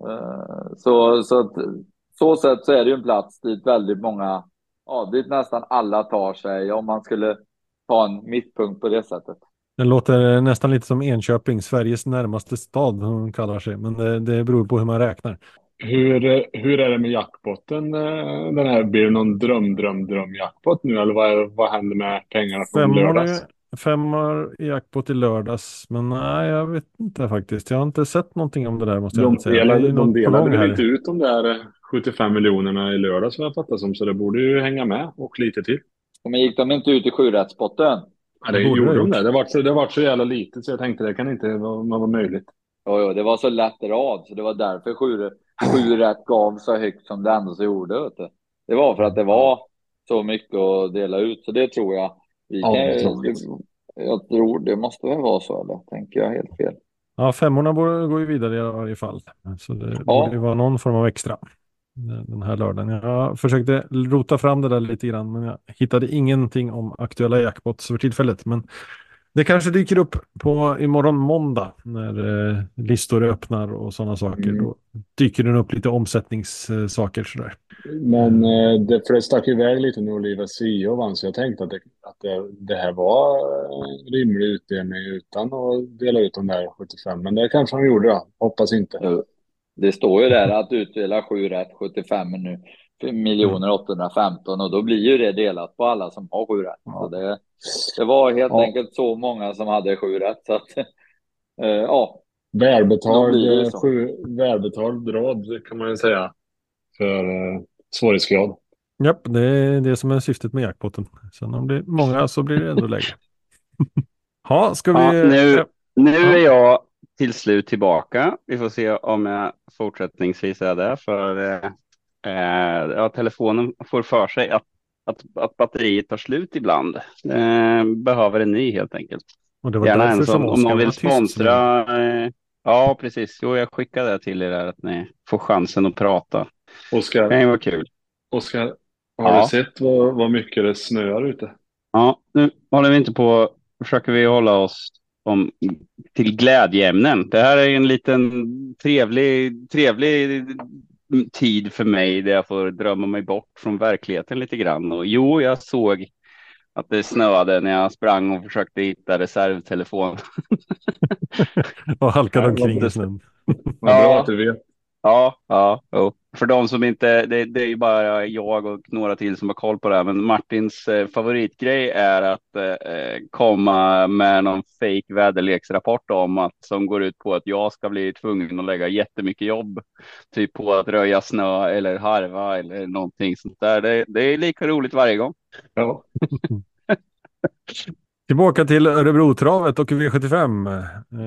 Så sätt så är det ju en plats dit väldigt många, ja dit nästan alla tar sig om man skulle ta en mittpunkt på det sättet. Det låter nästan lite som Enköping, Sveriges närmaste stad som de kallar sig. Men det beror på hur man räknar. Hur är det med jackpotten? Den här, blir det någon dröm nu? Eller vad händer med pengarna från lördags? 5 i jackpot i lördags. Men nej, jag vet inte faktiskt. Jag har inte sett någonting om det där måste jag säga. De delade väl inte ut de där 75 miljonerna i lördags som jag fattar som. Så det borde ju hänga med och lite till. Men gick de inte ut i 7-rättspotten? Ja, det gjorde de det. Det var så jävla lite så jag tänkte det kan inte vara möjligt. Ja, det var så lätt rad så det var därför 7 rätt gav så högt som det ändå så gjorde. Vet du. Det var för att det var så mycket att dela ut. Så det tror jag. Jag tror det måste väl vara så, eller tänker jag helt fel? Ja, femmorna går ju vidare i varje fall. Så det borde ju vara någon form av extra den här lördagen. Jag försökte rota fram det där lite grann, men jag hittade ingenting om aktuella jackpots för tillfället. Men det kanske dyker upp på imorgon måndag när listor öppnar och sådana saker. Då dyker den upp lite omsättningssaker sådär. Men för det stack iväg lite när Oliva Sio vann, så jag tänkte att det här var rimlig utdelning utan att dela ut de där 75. Men det kanske de gjorde då. Hoppas inte. Det står ju där att utdela 7 rätt 75 nu. 5 815 och då blir ju det delat på alla som har 7 rätt. Ja. Så det var helt enkelt så många som hade 7 rätt. Så att, ja. Välbetald rad kan man ju säga för svårighetsgrad. Japp, det är det som är syftet med jackpotten. Sen om det är många så blir det ändå lägre. Ja, ska vi... Nu är jag till slut tillbaka. Vi får se om jag fortsättningsvis är där. För telefonen får för sig att batteriet tar slut ibland. Behöver en ny helt enkelt. Och det var därför som om någon vill sponsra... Ja, precis. Jo, jag skickade det till er där att ni får chansen att prata. Oskar, det var kul. Oskar, har du sett vad mycket det snöar ute? Ja, nu håller vi inte på. Försöker vi hålla oss till glädjeämnen. Det här är en liten trevlig tid för mig där jag får drömma mig bort från verkligheten lite grann. Och jo, jag såg att det snöade när jag sprang och försökte hitta reservtelefon. Och halkade omkring i snön. Vad bra att du vet. Ja. För de som inte, det är ju bara jag och några till som har koll på det här, men Martins favoritgrej är att komma med någon fake väderleksrapport som går ut på att jag ska bli tvungen att lägga jättemycket jobb typ på att röja snö eller harva eller någonting sånt där. Det är lika roligt varje gång. Ja. Tillbaka till Örebrotravet och V75.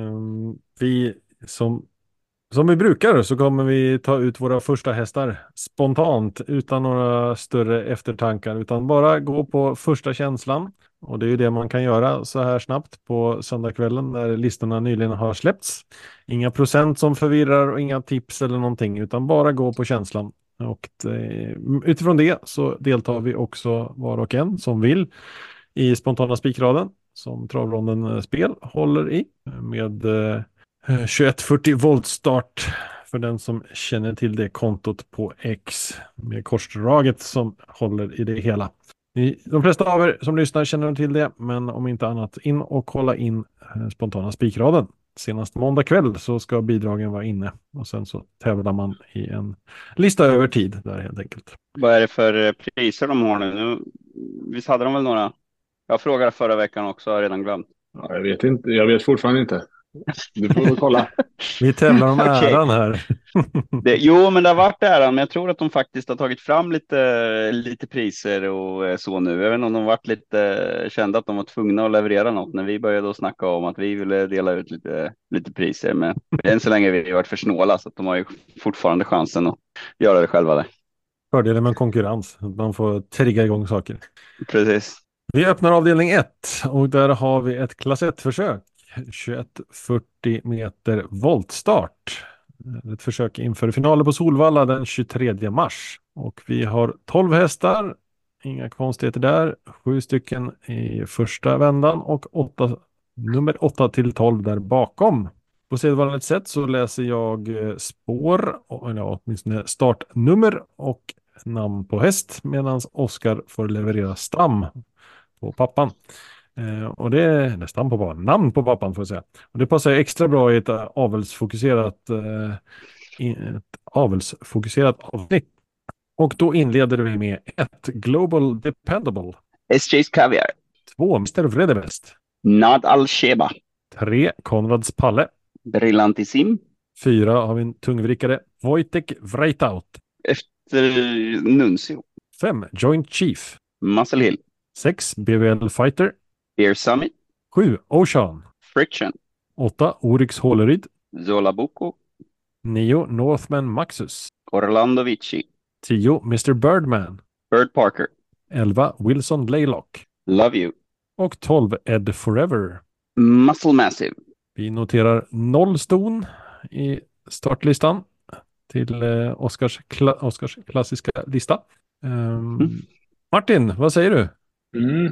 Vi som vi brukar så kommer vi ta ut våra första hästar spontant utan några större eftertankar, utan bara gå på första känslan. Och det är ju det man kan göra så här snabbt på söndagskvällen när listorna nyligen har släppts. Inga procent som förvirrar och inga tips eller någonting, utan bara gå på känslan. Och utifrån det så deltar vi också var och en som vill i spontana spikraden som Travronden spel håller i med 2140 volt start för den som känner till det kontot på X med korsdraget som håller i det hela. De flesta av er som lyssnar känner till det, men om inte annat in och kolla in spontana spikraden. Senast måndag kväll så ska bidragen vara inne och sen så tävlar man i en lista över tid där helt enkelt. Vad är det för priser de har nu? Visst hade de väl några? Jag frågade förra veckan också, har redan glömt. Ja, jag vet inte. Jag vet fortfarande inte. Du får väl kolla. Vi tävlar om äran här. Jo, men det har varit äran. Men jag tror att de faktiskt har tagit fram lite priser och så nu. Jag vet inte om de har varit lite kända att de var tvungna att leverera något när vi började snacka om att vi ville dela ut lite priser. Men än så länge har vi varit för snåla så att de har ju fortfarande chansen att göra det själva. Fördelen med konkurrens. Man får trigga igång saker. Precis. Vi öppnar avdelning 1 och där har vi ett klass 1-försök. 2140 meter voltstart. Ett försök inför finalen på Solvalla den 23 mars. Och vi har 12 hästar. Inga konstigheter där. 7 stycken i första vändan och nummer 8 till 12 där bakom. På sedvanligt sätt så läser jag spår, eller åtminstone startnummer och namn på häst medan Oskar får leverera stam på pappan. Och det är nästan på namn på pappan får jag säga. Och det passar extra bra i ett avelsfokuserat avsnitt. Och då inleder vi med 1 Global Dependable. SJ's Caviar. 2 Mr. Vredevest. Nad Al-Sheba. 3 Konrads Palle. Brillantissim. 4 har vi en tungvrickare. Wojtek Vreitaut. Efter Nuncio. 5 Joint Chief. Muscle Hill. 6 BWL Fighter. Beer Summit. 7 Ocean. Friction. 8 Oryx Håleryd. Zola Boko. 9. Northman Maxus. Orlando Vici. 10. Mr. Birdman. Bird Parker. 11. Wilson Blaylock. Love you. Och 12. Ed Forever. Muscle Massive. Vi noterar 0 ston i startlistan till Oscars klassiska lista. Martin, vad säger du? Mm.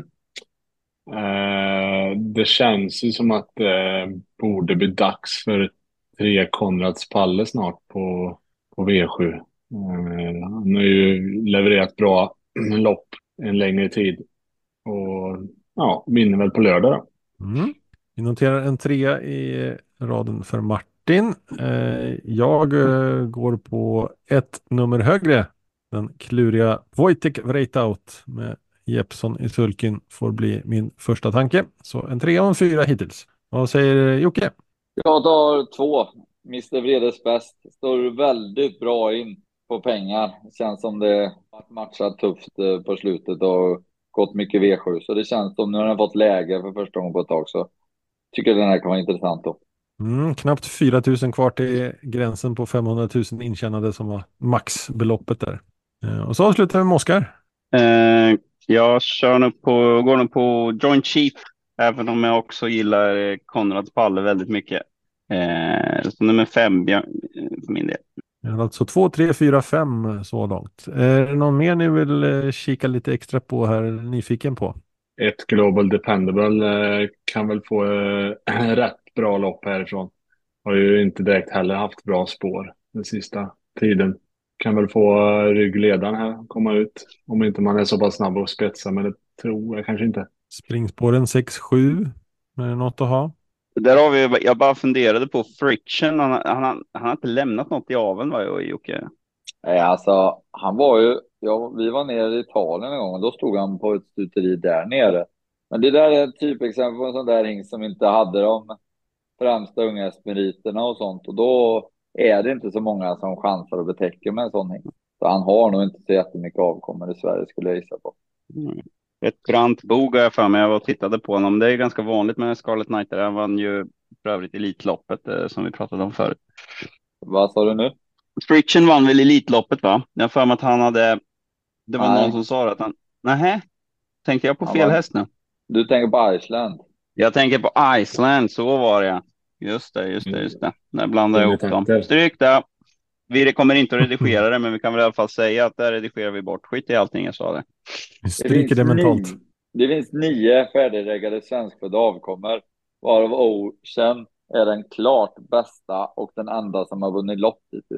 Det känns ju som att det borde bli dags för 3 Konrads Palle snart på V7. Han har ju levererat bra lopp en längre tid och ja, vinner väl på lördag då. Vi noterar en 3 i raden för Martin. Jag går på ett nummer högre. Den kluriga Wojtek Vreitaut med Jeppson i sulken får bli min första tanke. Så en 3 och en 4 hittills. Vad säger Jocke? Jag tar 2. Mr. Vredes bäst. Står väldigt bra in på pengar. Känns som det har matchat tufft på slutet och gått mycket V7. Så det känns som nu har den fått läge för första gången på ett tag. Så tycker den här kan vara intressant då. Knappt 4 000 kvar till gränsen på 500 000 intjänade som var maxbeloppet där. Och så avslutar vi med Oskar. Jag går nog på Joint Chief, även om jag också gillar Konrads Palle väldigt mycket. Så nummer 5 för min del. Alltså 2, 3, 4, 5 så långt. Är det någon mer ni vill kika lite extra på här, nyfiken på? Ett Global Dependable kan väl få rätt bra lopp härifrån. Har ju inte direkt heller haft bra spår den sista tiden. Kan väl få ryggledaren här komma ut. Om inte man är så pass snabb och spetsa, men det tror jag kanske inte. Springspåren 6-7. Är det något att ha? Där har vi, jag bara funderade på Friction. Han har inte lämnat något i aveln, va, Jocke? Nej, alltså han var ju, vi var nere i Italien en gång och då stod han på ett stuteri där nere. Men det där är ett typexempel på en sån där hingst som inte hade de främsta unghästmeriterna och sånt. Och då är det inte så många som chansar och betäcker med en sån hingst. Så han har nog inte så jättemycket avkommor i Sverige, skulle jag gissa på. Ett brant bog har jag för mig. Jag var och tittade på honom. Det är ganska vanligt med Scarlet Knight. Han vann ju för övrigt Elitloppet som vi pratade om förut. Vad sa du nu? Friction vann väl Elitloppet, va? Jag har för mig att han hade... Det var någon som sa att han... Nähä? Tänkte jag på fel häst nu? Du tänker på Iceland? Jag tänker på Iceland, så var det. Just det. När blandade jag ihop dem. Stryk där. Vi kommer inte att redigera det, men vi kan väl i alla fall säga att där redigerar vi bort. Skit i allting jag sa det. Vi stryker det mentalt. Det finns 9 färdigreggade svenskfödda avkommor, varav Ocean är den klart bästa och den enda som har vunnit lopp hittills.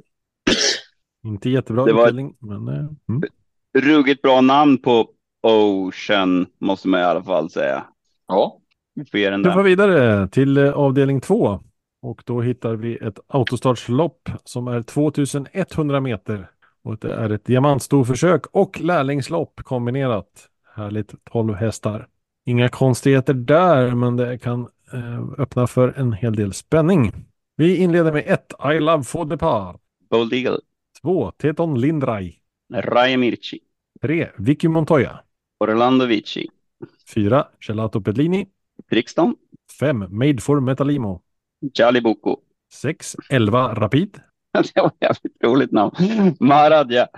Inte jättebra utdelning, men... Ruggigt bra namn på Ocean, måste man i alla fall säga. Ja. Vi får vidare till avdelning 2. Och då hittar vi ett autostartslopp som är 2100 meter. Och det är ett diamantstorförsök och lärlingslopp kombinerat. Härligt, 12 hästar. Inga konstigheter där, men det kan öppna för en hel del spänning. Vi inleder med 1. I Love for the Par. Bold Eagle. 2. Teton Lindray. Raja Mirchi. 3. Vicky Montoya. Orlando Vici. 4. Gelato Pedlini. Brixton. 5. Made for Metalimo. Jali Boko. 6. 11. Rapid. Det var jävligt roligt namn. Maradja.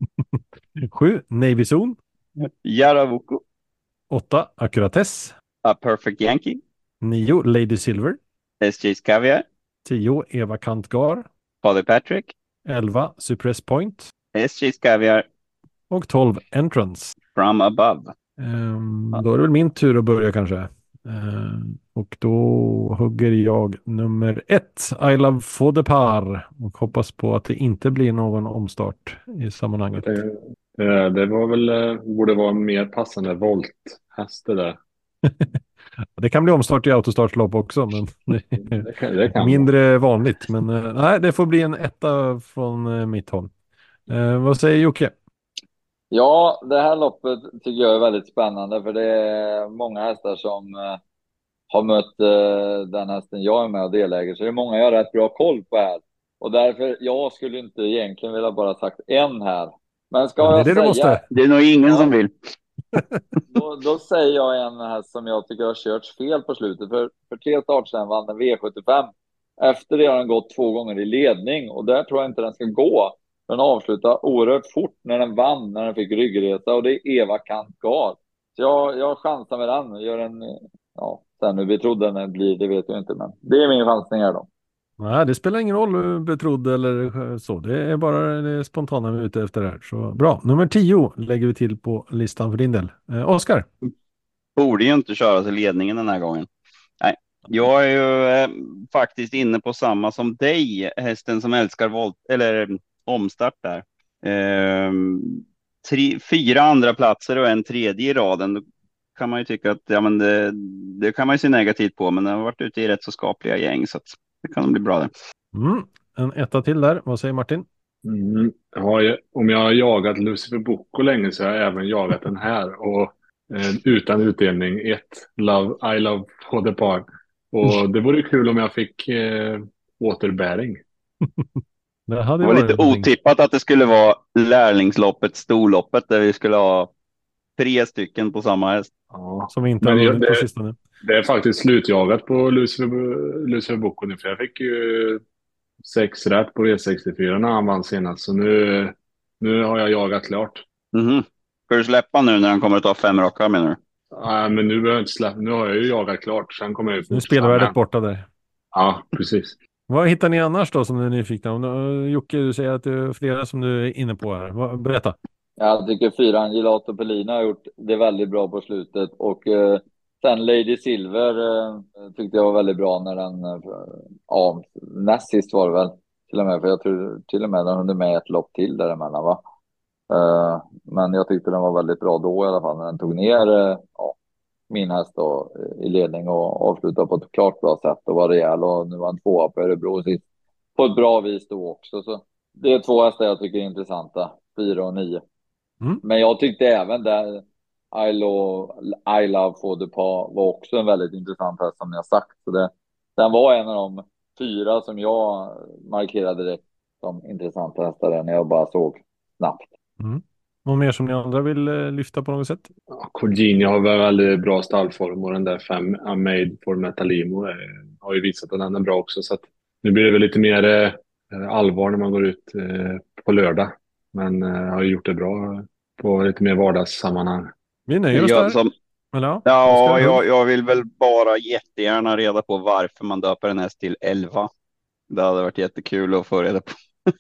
7. Navy Zone. Jaravuko. 8. Accurates. A Perfect Yankee. 9. Lady Silver. SJ's Caviar. 10. Eva Kantgar. Father Patrick. 11. Suppress Point. SJ's Caviar. Och 12. Entrance. From Above. Då är det väl min tur att börja kanske. Och då hugger jag nummer 1. I Love for the Par. Och hoppas på att det inte blir någon omstart i sammanhanget. Det var väl, borde vara en mer passande volthäst det där. Det kan bli omstart i autostartslopp också, men det kan mindre vanligt. Men nej, det får bli en 1 från mitt håll. Vad säger Jocke? Ja, det här loppet tycker jag är väldigt spännande, för det är många hästar som har mött den hästen jag är med och deläger. Så det är många jag har rätt bra koll på här. Och därför, jag skulle inte egentligen vilja bara sagt en här. Men ska jag säga... Det är nog ingen som vill. Då säger jag en häst som jag tycker har körts fel på slutet. För 3 starter sedan vann den V75. Efter det har den gått 2 gånger i ledning och där tror jag inte den ska gå. Den avslutar oerhört fort när den vann, när den fick ryggresa, och det är Eva Kantgar. Så jag chansar med den. Gör en, ja, sen hur betrodd den blir, det vet jag inte, men det är min chansning här då. Nej, det spelar ingen roll hur betrodd eller så. Det är bara det spontana vi är ute efter här. Så bra. Nummer 10 lägger vi till på listan för din del. Oskar? Borde ju inte köra till ledningen den här gången. Nej, jag är ju faktiskt inne på samma som dig, hästen som älskar omstart där. 4 andra platser och en tredje i raden. Då kan man ju tycka att ja, men det kan man ju se negativt på, men den har varit ute i rätt så skapliga gäng, så att det kan bli bra det. En etta till där. Vad säger Martin? Om jag har jagat Lucifer Bocco länge så har jag även jagat den här. Och utan utdelning. I love for the park. Och det vore kul om jag fick återbäring. Det hade Det var varit lite någonting. otippat att det skulle vara lärlingsloppet, storloppet, där vi skulle ha 3 stycken på samma häst. Ja. Som inte Men har jag- vunnit på sistone. Det är faktiskt slutjagat på Lucifer Bocco nu. För jag fick ju 6 rätt på V64 när han vann senast. Så nu har jag jagat klart. Mhm. Ska du släppa nu när han kommer att ta 5 raka, menar du? Nej, men nu behöver jag inte släppa. Nu har jag ju jagat klart. Sen kommer jag ju Nu är fortsätta. spelvärdet borta där. Ja, precis. Vad hittar ni annars då som ni är nyfikna om? Jocke, du säger att det är flera som du är inne på här. Berätta. Jag tycker 4 Gelato Pellina har gjort det väldigt bra på slutet, och sen Lady Silver tyckte jag var väldigt bra när den, ja, näst sist var det väl till och med, för jag tror till och med den hade med ett lopp till däremellan, va? Men jag tyckte den var väldigt bra då i alla fall, när den tog ner ja, min häst då, i ledning och avslutade på ett klart bra sätt och var rejäl, och nu var han 2 på Örebro sist på ett bra vis då också. Så det är 2 hästar jag tycker är intressanta, 4 och 9. Men jag tyckte även där I Love for the Paw var också en väldigt intressant häst, som jag sagt. Så den var en av de 4 som jag markerade direkt som intressanta hästar där när jag bara såg snabbt. Någon mer som ni andra vill lyfta på något sätt? Ja, Cordini har väl väldigt bra stallform och den där 5 Made for Metalimo har ju visat att den är bra också. Så att nu blir det väl lite mer allvar när man går ut på lördag. Men har ju gjort det bra på lite mer vardagssammanhang. Vi nöjer oss där. Eller, ja, Ja, jag vill väl bara jättegärna reda på varför man döper en häst till 11. Det hade varit jättekul att få reda på.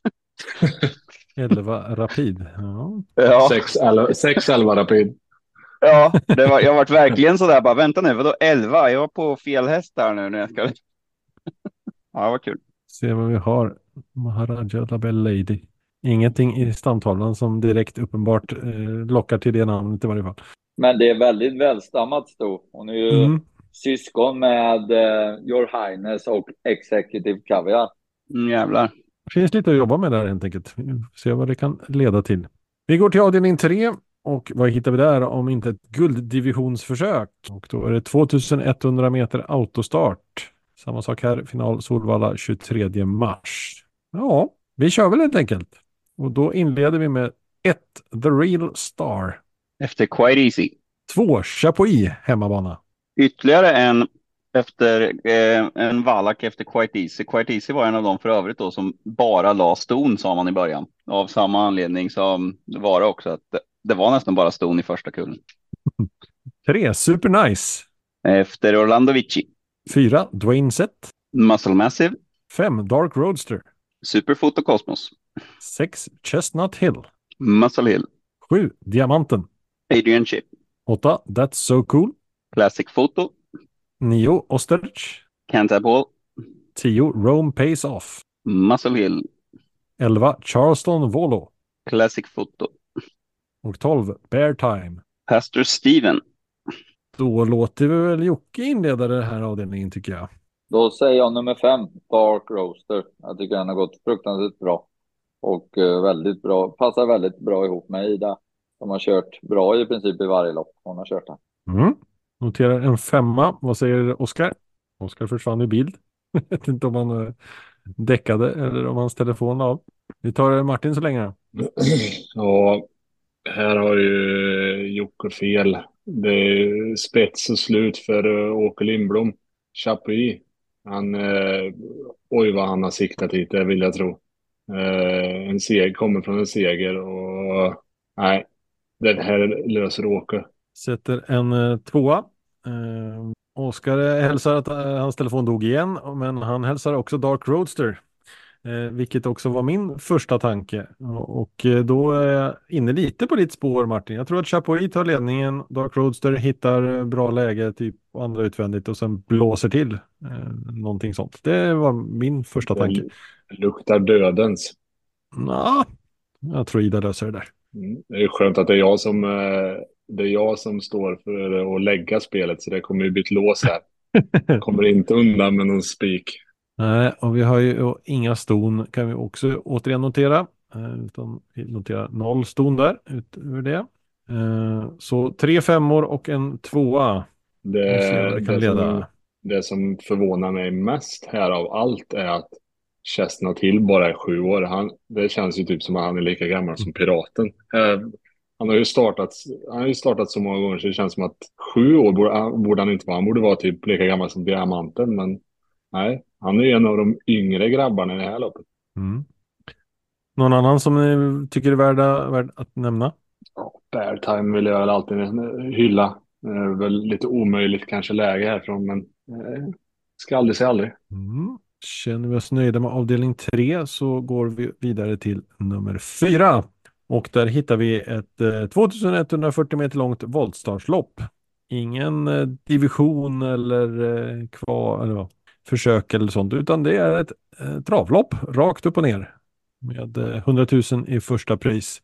11 Rapid. Ja. Ja, 6-11 rapid. ja, jag varit verkligen sådär bara, vänta nu, vadå 11? Jag var på fel häst här nu när jag ska... Ja, det var kul. Se vad vi har. Maharaja Label Lady. Ingenting i stamtavlan som direkt uppenbart lockar till det namnet i varje fall. Men det är väldigt välstammat då. Hon är ju syskon med Your Highness och Executive Caviar. Jävlar. Det finns lite att jobba med där helt enkelt. Vi får se vad det kan leda till. Vi går till avdelning 3. Och vad hittar vi där om inte ett gulddivisionsförsök? Och då är det 2100 meter autostart. Samma sak här, final Solvalla 23 mars. Ja, vi kör väl helt enkelt. Och då inleder vi med 1 The Real Star. Efter Quite Easy. 2 Chapuis hemmabana. Ytterligare en Wallach efter Quite Easy. Quite Easy var en av dem för övrigt då som bara la ston, sa man i början. Av samma anledning som det var också, att det var nästan bara ston i första kullen. 3 Super Nice. Efter Orlando Vici. 4 Dwayne Set. Muscle Massive. 5 Dark Roadster. Superfoto Cosmos. 6 Chestnut Hill. Muscle Hill. 7 Diamanten. Adrian Chip. 8 That's So Cool. Classic Photo. 9 Osterich. Cantaball. 10 Rome Pays Off. Muscle Hill. 11 Charleston Volo. Classic Photo. Och 12 Bear Time. Pastor Steven. Då låter vi väl Jocke inleda den här avdelningen tycker jag. Då säger jag nummer 5, Dark Roaster. Jag tycker den har gått fruktansvärt bra. Och väldigt bra, passar väldigt bra ihop med Ida. De har kört bra i princip i varje lopp hon har kört den. Noterar en 5. Vad säger Oskar? Oskar försvann i bild. Jag vet inte om han däckade eller om hans telefon av. Vi tar Martin så länge. Ja, här har ju Jocke fel. Det är spets och slut för Åke Lindblom. Chapuis. Oj vad han har siktat hit, det vill jag tro. En seger, kommer från en seger och nej, det här löser Åke. Sätter en tvåa. Oskar hälsar att hans telefon dog igen, men han hälsar också Dark Roadster. Vilket också var min första tanke. Och då är jag inne lite på ditt spår, Martin. Jag tror att Chapuis tar ledningen, Dark Roadster hittar bra läge typ och andra utvändigt och sen blåser till. Någonting sånt. Det var min första tanke. Det luktar dödens. Nå, jag tror Ida löser det där. Det är ju skönt att det är jag som står för att lägga spelet, så det kommer ju bli ett lås här. Kommer inte undan med någon spik. Nej, och vi har ju inga ston kan vi också återigen notera. Utan vi noterar 0 ston där utöver det. Så 3 femmor och en tvåa. Det som förvånar mig mest här av allt är att Chestnut Hill bara är 7 år. Det känns ju typ som att han är lika gammal som Piraten. Han har ju startat så många gånger så det känns som att 7 år borde han inte vara. Han borde vara typ lika gammal som Diamanten, men nej, han är en av de yngre grabbarna i det här loppet. Mm. Någon annan som ni tycker är värd att nämna? Ja, Bear Time vill jag väl alltid hylla. Väl lite omöjligt kanske läge härifrån, men ska aldrig säga aldrig. Känner vi oss nöjda med avdelning 3 så går vi vidare till nummer 4. Och där hittar vi ett 2140 meter långt voltstartslopp. Ingen division eller försök eller sånt, utan det är ett travlopp rakt upp och ner med 100 000 i första pris.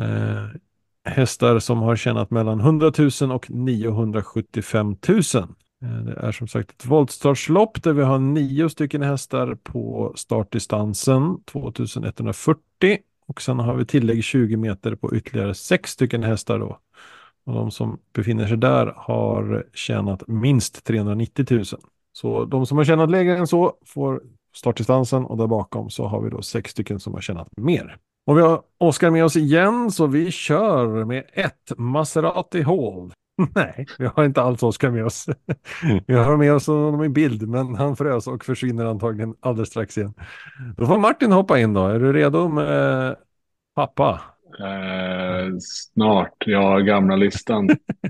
Hästar som har tjänat mellan 100 000 och 975 000. Det är som sagt ett voltstartslopp där vi har 9 stycken hästar på startdistansen 2140 och sen har vi tillägg 20 meter på ytterligare 6 stycken hästar då. Och de som befinner sig där har tjänat minst 390 000. Så de som har tjänat lägre än så får startdistansen och där bakom så har vi då 6 stycken som har tjänat mer. Och vi har Oskar med oss igen så vi kör med 1 Maserati Hall. Nej, vi har inte alls Oskar med oss. Vi har med oss honom i bild, men han frös och försvinner antagligen alldeles strax igen. Då får Martin hoppa in då. Är du redo med pappa? Snart. Jag har gamla listan.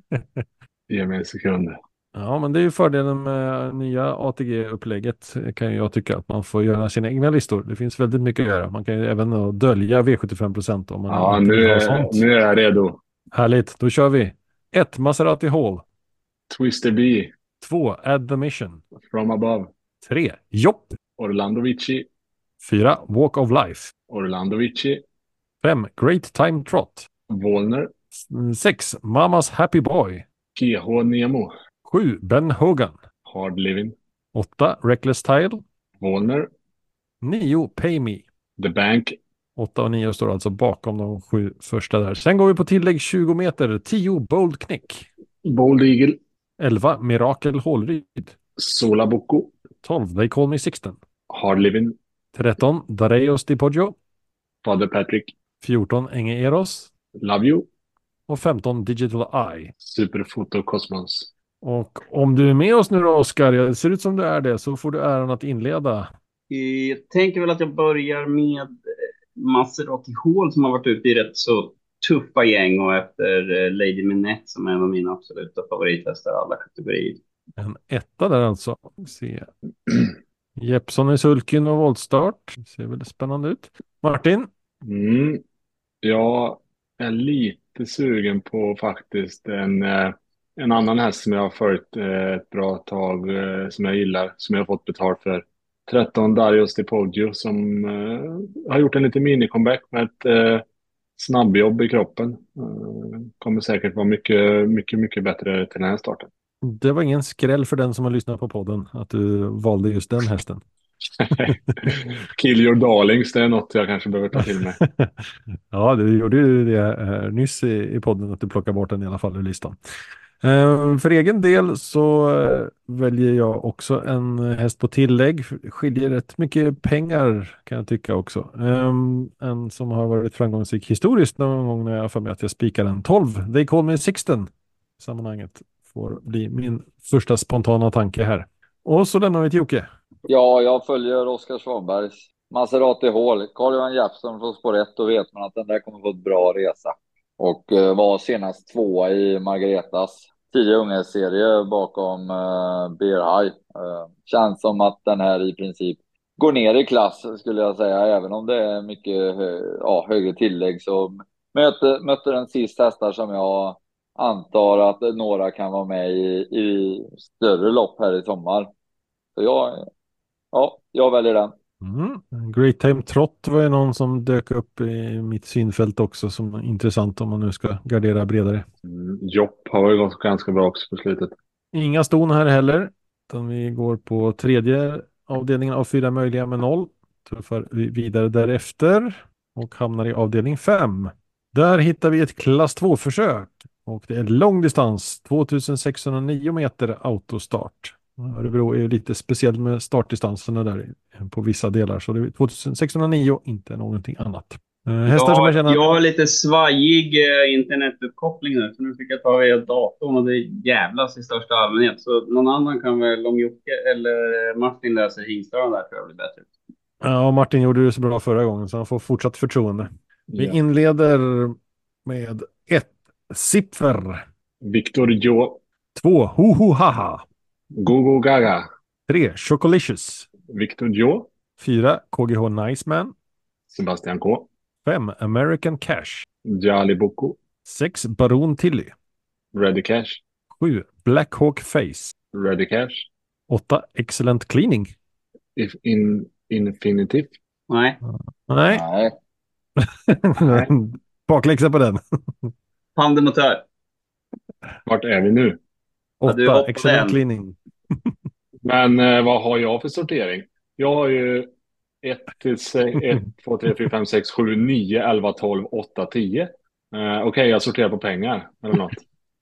Ge mig en sekund. Ja, men det är ju fördelen med nya ATG-upplägget kan jag tycka att man får göra sina egna listor. Det finns väldigt mycket att göra. Man kan ju även dölja V75% om man inte vill ha sånt. Nu är jag redo. Härligt, då kör vi. 1 Maserati Hall. Twister B. 2 Add the Mission. From Above. 3 Jopp. Orlando Vici. 4 Walk of Life. Orlando Vici. 5 Great Time Trot. Wollner. 6 Mamas Happy Boy. GH Nemo. 7 Ben Hogan. Hard Living. 8 Reckless Tile. Wollner. 9 Pay Me. The Bank. 8 och 9 står alltså bakom de 7 första där. Sen går vi på tillägg 20 meter. 10 Bold Knick. Bold Eagle. 11 Miracle Hålryd. Sola Bocco. 12 They Call Me Sixten. Hard Living. 13 Dareios Di Poggio. Father Patrick. 14 Enge Eros. Love You. Och 15 Digital Eye. Superfoto Cosmos. Och om du är med oss nu då, Oskar, det ser ut som du är det, så får du äran att inleda. Jag tänker väl att jag börjar med Maserati Hall som har varit ute i rätt så tuffa gäng och efter Lady Minette som är en av mina absoluta favorithästar i alla kategorier. En etta där alltså. Se. Jeppson i sulken och voltstart. Ser väldigt spännande ut. Martin? Jag är lite sugen på faktiskt en annan häst som jag har följt ett bra tag som jag gillar, som jag har fått betalt för. 13 Darius Di Poggio som har gjort en liten mini-comeback med ett snabbjobb i kroppen. Kommer säkert vara mycket, mycket, mycket bättre till den här starten. Det var ingen skräll för den som har lyssnat på podden att du valde just den hästen. Kill your darlings, det är något jag kanske behöver ta till mig. Ja, du gjorde ju det nyss i podden att du plockar bort den i alla fall ur listan. För egen del så väljer jag också en häst på tillägg. Skiljer rätt mycket pengar kan jag tycka också. En som har varit framgångsrik historiskt någon gång när jag för mig att jag spikar en 12. They Call Me Sixten. Sammanhanget får bli min första spontana tanke här. Och så lämnar vi till Jocke. Ja, jag följer Oskar Svanbergs Maserati Hall. Carl-Johan Jeppsson från spår 1, då vet man att den där kommer få ett bra resa. Och var senast tvåa i Margaretas tidiga unghästserie bakom Bear High. Känns som att den här i princip går ner i klass skulle jag säga, även om det är mycket högre tillägg, så mötte den sist hästar som jag antar att några kan vara med i större lopp här i sommar. Så jag väljer den. Great Time Trot var ju någon som dök upp i mitt synfält också som är intressant om man nu ska gardera bredare. Jopp har ju gått ganska bra också på slutet. Inga ston här heller, utan vi går på tredje avdelningen av 4 möjliga med 0. Tuffar vi vidare därefter och hamnar i avdelning 5. Där hittar vi ett klass 2-försök och det är långdistans, 2609 meter autostart. Örebro är ju lite speciellt med startdistanserna där på vissa delar, så det är 2609, inte någonting annat. Hästar som jag känner... Jag har lite svajig internetuppkoppling nu, så nu fick jag ta via datorn och det jävlas i största allmänhet. Så någon annan kan väl, om Jocke eller Martin läser hingstarna där, tror jag blir bättre. Ja, Martin gjorde det så bra förra gången så han får fortsatt förtroende. Vi inleder med 1 Zipfer, Victor Jo, 2 Hoho Haha, Gogo Gaga, 3 Chocolicious, Victor Jo, 4 KGH Niceman, Sebastian K, 5 American Cash, Jali Boko, 6 Baron Tilly, Ready Cash, 7 Black Hawk Face, Ready Cash, 8 Excellent Cleaning. Infinitive. Nej. Nej. Bakläxa på den. Pandemotör. Vart är vi nu? 8 Excellent Cleaning. Men vad har jag för sortering? Jag har ju 1 till 1, 2, 3, 4, 5, 6, 7, 9, 11, 12, 8, 10. Okej, jag sorterar på pengar eller något.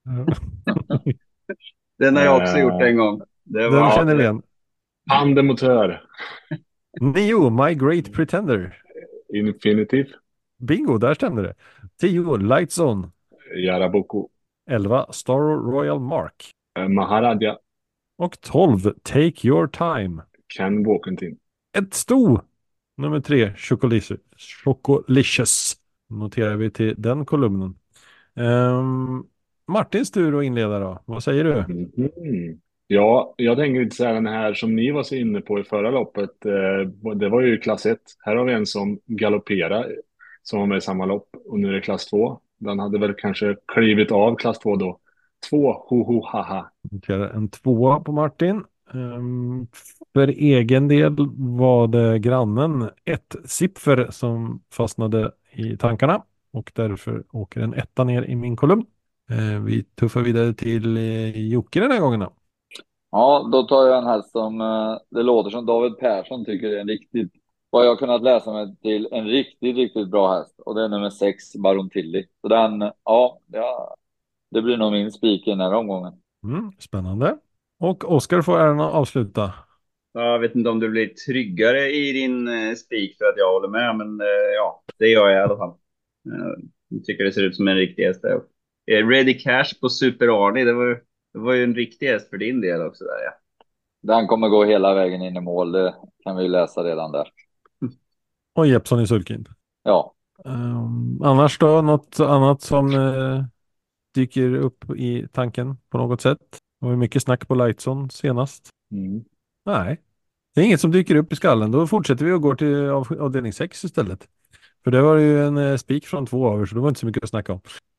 Den har jag också gjort en gång. Den känner vi igen. Pandemotör. 9 My Great Pretender. Infinitive. Bingo, där stämde det. 10 Light Zone. Jaraboko. 11 Star Royal Mark. Maharadja. Och 12 Take Your Time. Ken Walkentin. Ett sto. Nummer 3 Chocolicious. Noterar vi till den kolumnen. Martins tur att inleda då. Vad säger du? Ja, jag tänker lite så här, den här som ni var så inne på i förra loppet, det var ju klass 1. Här har vi en som galopperar, som var med i samma lopp, och nu är det klass 2. Den hade väl kanske klivit av klass 2 då. 2 Hoho Haha. En 2 på Martin. För egen del var det grannen 1 Zipfer som fastnade i tankarna och därför åker en 1 ner i min kolumn. Vi tuffar vidare till Jocke den här gången då. Ja, då tar jag en häst som det låter som David Persson tycker är en riktigt, vad jag har kunnat läsa mig till, en riktigt bra häst. Och det är nummer 6, Baron Tilly. Så den, det blir nog min spik i den här omgången. Spännande. Och Oskar får äran att avsluta. Jag vet inte om du blir tryggare i din spik för att jag håller med, men det gör jag i alla fall. Jag tycker det ser ut som en riktig häst. Ready Cash på Super Arnie, det var ju en riktig häst för din del också där, ja. Den kommer gå hela vägen in i mål, det kan vi läsa redan där. Och Jeppsson i sulkin. Ja. Annars då, något annat som dyker upp i tanken på något sätt? Det var ju mycket snack på Lightson senast. Nej, det är inget som dyker upp i skallen. Då fortsätter vi och går till avdelning 6 istället. För det var ju en spik från 2 över, så det var inte så mycket att snacka om.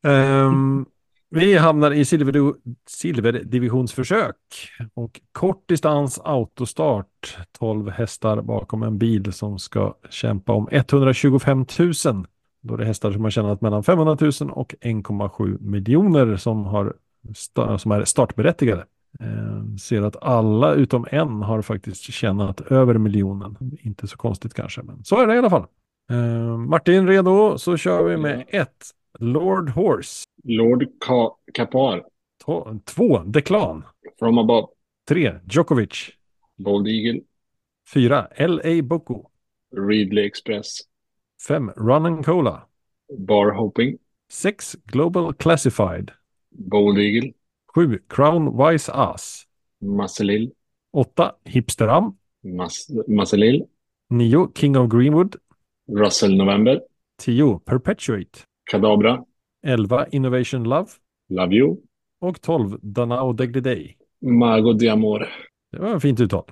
Vi hamnar i silverdivisionsförsök och kort distans autostart. 12 hästar bakom en bil som ska kämpa om 125 000. Då är det hästar som har tjänat mellan 500 000 och 1,7 miljoner som är startberättigade. Ser att alla utom en har faktiskt tjänat över miljonen. Inte så konstigt kanske, men så är det i alla fall. Martin, redo? Så kör vi med 1 Lord Horse. Lord Kapar. 2 Declan. From Above. 3 Djokovic. Bold Eagle. 4 L.A. Boko. Ridley Express. 5 Run and Cola. Bar Hoping. 6 Global Classified. Bold Eagle. 7 Crown Wise Ass. Masselil. 8 Hipsteram. Marcelil. 9. King of Greenwood. Russell November. 10. Perpetuate. Kadabra. 11. Innovation Love. Love You. Och 12. Danao Degradé. Mago de Amor. Det var en fint uttal.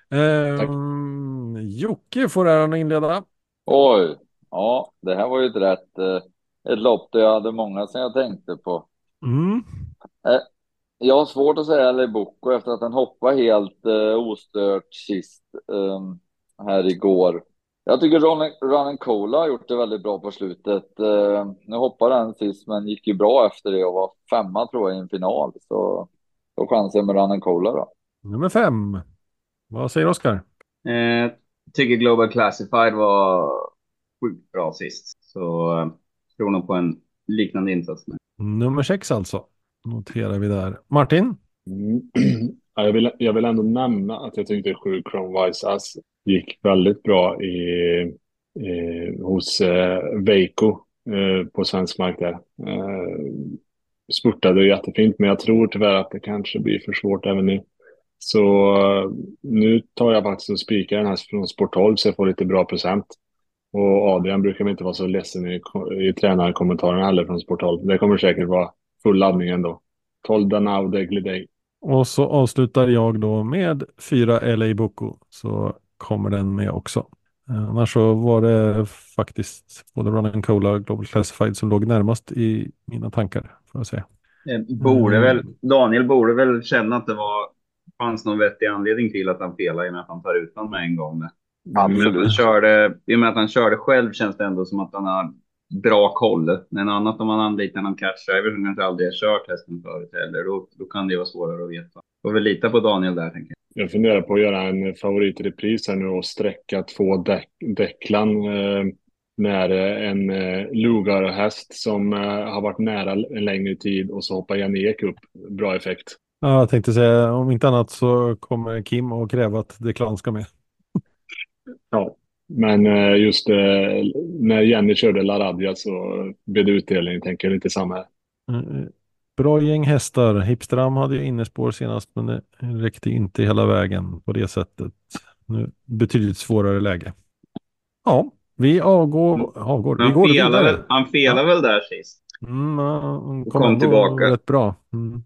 Jocke får äran att inleda. Oj, ja, det här var ju ett lopp där jag hade många som jag tänkte på. Mm. Jag har svårt att säga Le Bocco efter att den hoppade helt ostört sist här igår. Jag tycker Running Cola har gjort det väldigt bra på slutet. Nu hoppade den sist men gick ju bra efter det och var 5 tror jag i en final. Så då chansar jag med Running Cola då. Nummer 5. Vad säger Oskar? Tycker Global Classified var sjukt bra sist. Så tror nog på en liknande insats nu. Nummer 6 alltså. Noterar vi där. Martin? Ja, jag vill ändå nämna att jag tyckte 7 Chrome Wise Ass gick väldigt bra hos Veiko på svensk mark där. Spurtade jättefint, men jag tror tyvärr att det kanske blir för svårt även nu. Så nu tar jag faktiskt och spikar den här från Sport 12 så jag får lite bra procent. Och Adrian brukar inte vara så ledsen i tränarkommentarerna heller från Sport 12. Det kommer säkert vara full laddning ändå. 12 Danao Degradé. Och så avslutar jag då med 4 LA Bocco. Så kommer den med också. Annars så var det faktiskt både Running Cola och Global Classified som låg närmast i mina tankar, får jag säga. Daniel borde väl känna att fanns någon vettig anledning till att han felade i och med att han tar ut den med en gång. Absolut. I och med att han körde själv känns det ändå som att han har bra koll. En annat om man anlitar någon catchdriver som kanske aldrig har kört hästen förut heller. Då kan det vara svårare att veta. Får väl lita på Daniel där, tänker jag. Jag funderar på att göra en favoritrepris här nu och sträcka 2 Declan när en Lugar-häst som har varit nära en längre tid och så hoppar Jan Ek upp. Bra effekt. Ja, jag tänkte säga, om inte annat så kommer Kim att kräva att Declan ska med. Ja, men just när Jenny körde La Radia så blev det utdelning, tänker jag lite samma här. Bra gäng hästar. Hipstram hade ju innespår senast, men det räckte inte hela vägen på det sättet. Nu betydligt svårare läge. Ja, vi avgår. Vi går vidare. Han felade väl där sist. Han kom tillbaka. Rätt bra.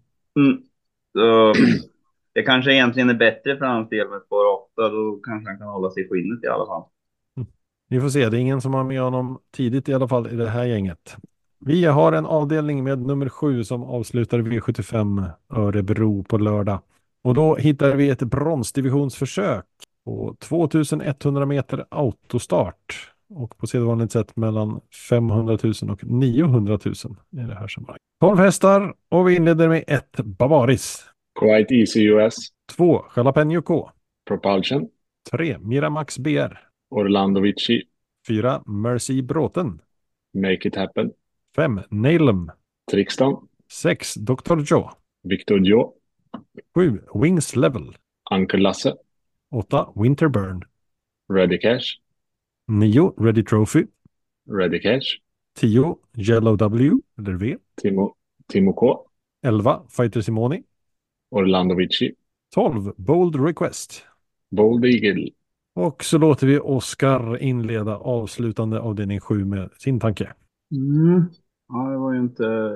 Så det kanske egentligen är bättre för hans del med spår 8. Då kanske han kan hålla sig i skinnet i alla fall. Vi får se. Det är ingen som har med honom tidigt i alla fall i det här gänget. Vi har en avdelning med nummer 7 som avslutar V75 Örebro på lördag. Och då hittar vi ett bronsdivisionsförsök på 2100 meter autostart. Och på sedvanligt sätt mellan 500 000 och 900 000 i det här sammanhanget. 12 hästar och vi inleder med 1 Bavaris. Quite Easy US. 2 Jalapeno K. Propulsion. 3 Miramax BR. Orlando Vici. 4 Mercy Bråten. Make It Happen. 5 Nailem. Trixton. 6 Dr. Joe. Victor Joe. 7 Wings Level. Uncle Lasse. 8 Winterburn. Ready Cash. 9 Ready Trophy. Ready Cash. 10 Yellow W eller V. Timo K. 11 Fighter Simoni. Orlando Vici. 12 Bold Request. Bold Eagle. Och så låter vi Oskar inleda avslutande avdelning 7 med sin tanke. Ja, det var ju inte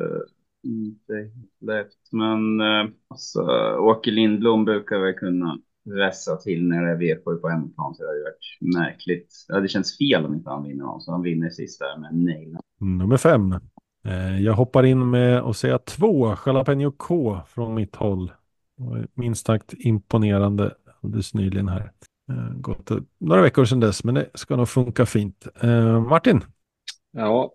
lätt. Men alltså, Åke Lindblom brukar väl kunna vässa till när det är V7 på hemmaplan, så det har ju varit märkligt. Ja, det känns fel om inte han vinner, så han vinner sist där med nej. Nummer 5. Jag hoppar in med att säga 2 Jalapeno K från mitt håll. Minst sagt imponerande alldeles nyligen här. Gått några veckor sedan dess, men det ska nog funka fint. Martin? Ja,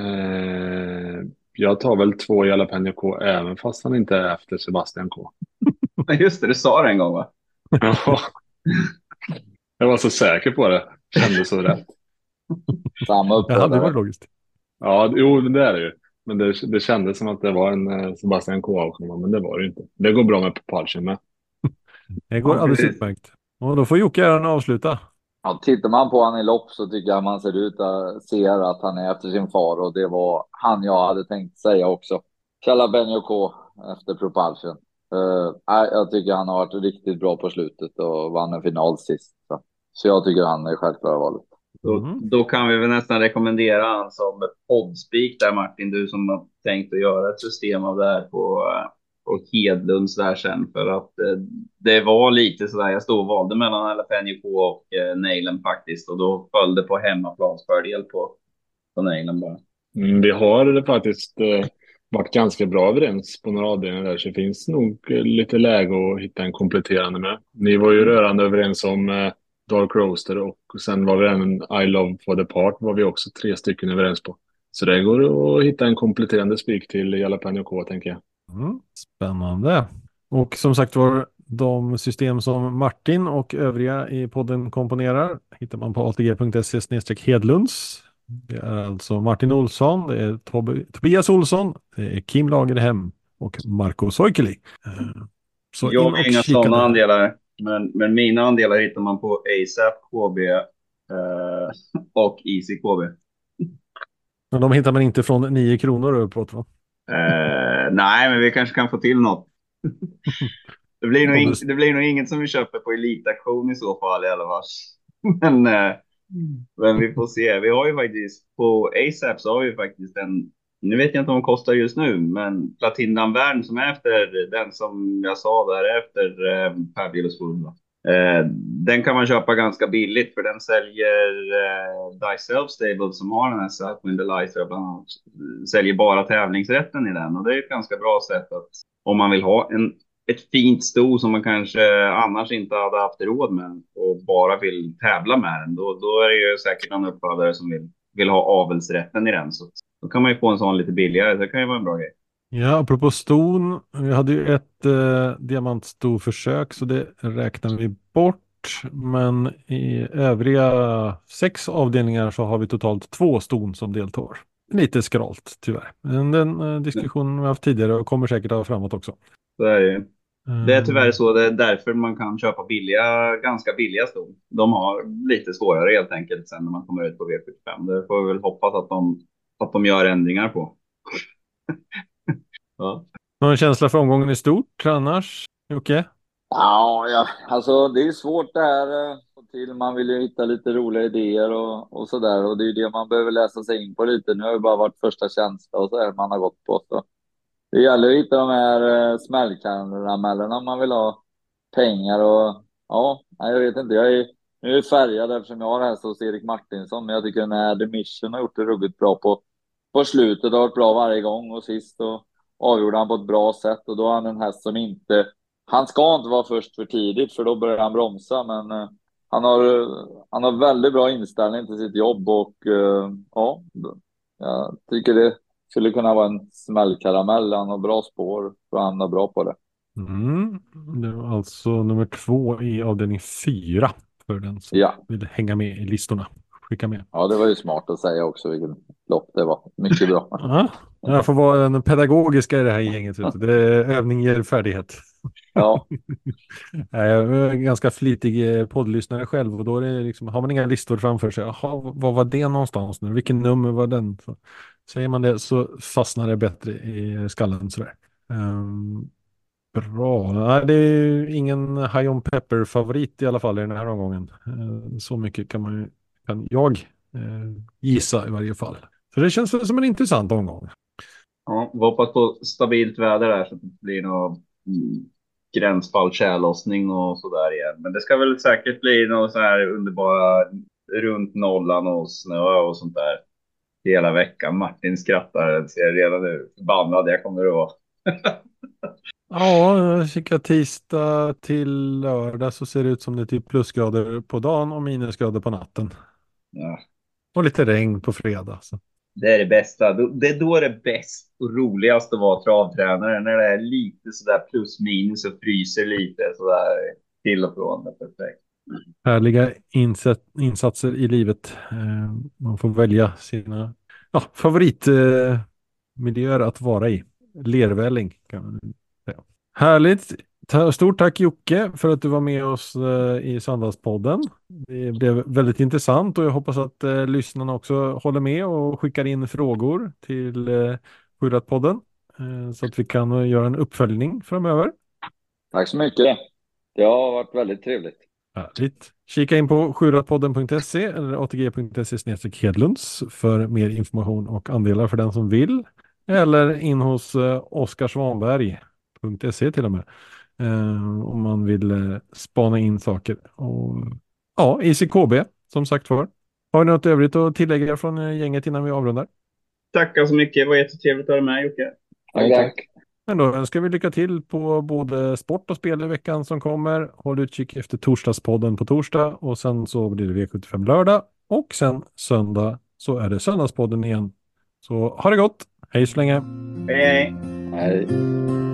jag tar väl 2 Jalapeno K även fast han inte är efter Sebastian K. Just det, du sa det en gång, va? Ja, jag var så säker på det. Kände så rätt. Samma uppdrag. Det var logiskt. Ja, jo, det är det ju. Men det kändes som att det var en Sebastian K-avkomma, men det var det inte. Det går bra med Propulsion med. Det går alldeles utmärkt. Och då får Jocke gärna avsluta. Ja, tittar man på han i lopp så tycker jag man ser att han är efter sin far, och det var han jag hade tänkt säga också. Jalapeno K efter Propulsion. Jag tycker han har varit riktigt bra på slutet och vann en final sist. Så jag tycker han är självklara valet. Då kan vi väl nästan rekommendera han som poddspik där, Martin, du som har tänkt att göra ett system av det här på Hedlunds där sen, för att det var lite sådär, jag stod och valde mellan LFNJK och Neyland faktiskt, och då föll det på hemmaplansfördel på Neyland bara. Vi har faktiskt varit ganska bra överens på några avdelningar där, så det finns nog lite läge att hitta en kompletterande med. Ni var ju rörande överens om Dark Roaster, och sen var vi även I Love for the Part var vi också 3 stycken överens på. Så det går att hitta en kompletterande spik till Jalapeno K, tänker jag. Spännande. Och som sagt var, de system som Martin och övriga i podden komponerar hittar man på atg.se/Hedlunds. Det är alltså Martin Olsson, det är Tobias Olsson, det är Kim Lagerhem och Marco Soikeli. Så Jag in och har inga kika sådana där. andelar, men mina andelar hittar man på ASAP, KB och Easy KB. Men de hittar man inte från 9 kronor uppåt, va? Nej, men vi kanske kan få till något. Det blir nog inget som vi köper på elitaktion i så fall i alla fall. Men vi får se. Vi har ju faktiskt på ASAP så har vi faktiskt nu vet jag inte om de kostar just nu, men Platinamvärn som är efter den som jag sa där efter Fabulous Wood. Den kan man köpa ganska billigt, för den säljer Die Stable som har den här Southwind Eliza bland annat, säljer bara tävlingsrätten i den, och det är ett ganska bra sätt att om man vill ha ett fint sto som man kanske annars inte hade haft råd med och bara vill tävla med den, då är det ju säkert någon uppfödare som vill ha avelsrätten i den, så då kan man ju få en sån lite billigare. Det kan ju vara en bra grej. Ja, apropå ston, vi hade ju ett diamantstoförsök, så det räknar vi bort. Men i övriga 6 avdelningar så har vi totalt 2 ston som deltar. Lite skralt tyvärr. Men den diskussionen vi har haft tidigare och kommer säkert att ha framåt också. Så är det ju. Det är tyvärr så, det är därför man kan köpa ganska billiga ston. De har lite svårare helt enkelt sen när man kommer ut på V75. Det får vi väl hoppas att de gör ändringar på. Ja. Någon känsla för omgången i stort annars? Jocke? Ja, alltså det är svårt det här. Man vill ju hitta lite roliga idéer och sådär. Och det är ju det man behöver läsa sig in på lite. Nu har det bara varit första känsla och så här man har gått på. Så det gäller att hitta de här smällkaramellerna om man vill ha pengar. Och ja, jag vet inte. Nu är färgad eftersom jag har det här hos Erik Martinsson. Men jag tycker den här The Mission har gjort det ruggigt bra på slutet. Det har varit bra varje gång och sist. Och avgjorde han på ett bra sätt. Och då har han en häst som inte... Han ska inte vara först för tidigt, för då börjar han bromsa. Men han har väldigt bra inställning till sitt jobb. Och ja, jag tycker det skulle kunna vara en smällkaramell. Han har bra spår och han är bra på det. Det var alltså nummer 2 i avdelning 4 för den som vill hänga med i listorna. Skicka med. Ja, det var ju smart att säga också vilken lopp det var. Mycket bra. Ja, jag får vara en pedagogiska i det här gänget. Övning ger färdighet. Ja. Jag är ganska flitig poddlyssnare själv, och då är det liksom, har man inga listor framför sig. Jaha, vad var det någonstans nu? Vilken nummer var den? Så, säger man det så fastnar det bättre i skallen sådär. Bra. Nej, det är ingen High on Pepper favorit i alla fall i den här omgången. Så mycket kan jag gissa i varje fall. Så det känns väl som en intressant omgång. Ja, vi hoppas på stabilt väder där så att det blir någon gränsfall, tjällossning och sådär igen. Men det ska väl säkert bli något så här underbara runt nollan och snö och sånt där hela veckan. Martin skrattar, ser redan nu förbannad jag kommer att vara. Ja, jag kikar tisdag till lördag så ser det ut som det är typ plusgrader på dagen och minusgrader på natten. Ja. Och lite regn på fredag. Så. Det är det bästa. Det är då det är bäst och roligast att vara travtränare. När det är lite sådär plus minus och fryser lite sådär till och från. Det är perfekt. Härliga insatser i livet. Man får välja sina favoritmiljöer att vara i. Lervälling kan man säga. Härligt. Stort tack Jocke för att du var med oss i Söndagspodden. Det blev väldigt intressant och jag hoppas att lyssnarna också håller med och skickar in frågor till Skyddat-podden så att vi kan göra en uppföljning framöver. Tack så mycket. Det har varit väldigt trevligt. Härligt. Kika in på sjuratpodden.se eller atg.se/hedlunds för mer information och andelar för den som vill. Eller in hos oskarsvanberg.se till och med. Om man vill spana in saker. Och, ja, ICKB som sagt var. Har vi något övrigt att tillägga från gänget innan vi avrundar? Tackar så mycket. Det var jättetrevligt att ha dig med, Jocke. Tack. Men då önskar vi lycka till på både sport och spel i veckan som kommer. Håll utkik efter torsdagspodden på torsdag och sen så blir det V75 lördag och sen söndag så är det söndagspodden igen. Så ha det gott. Hej så länge. Hej, hej. Hej.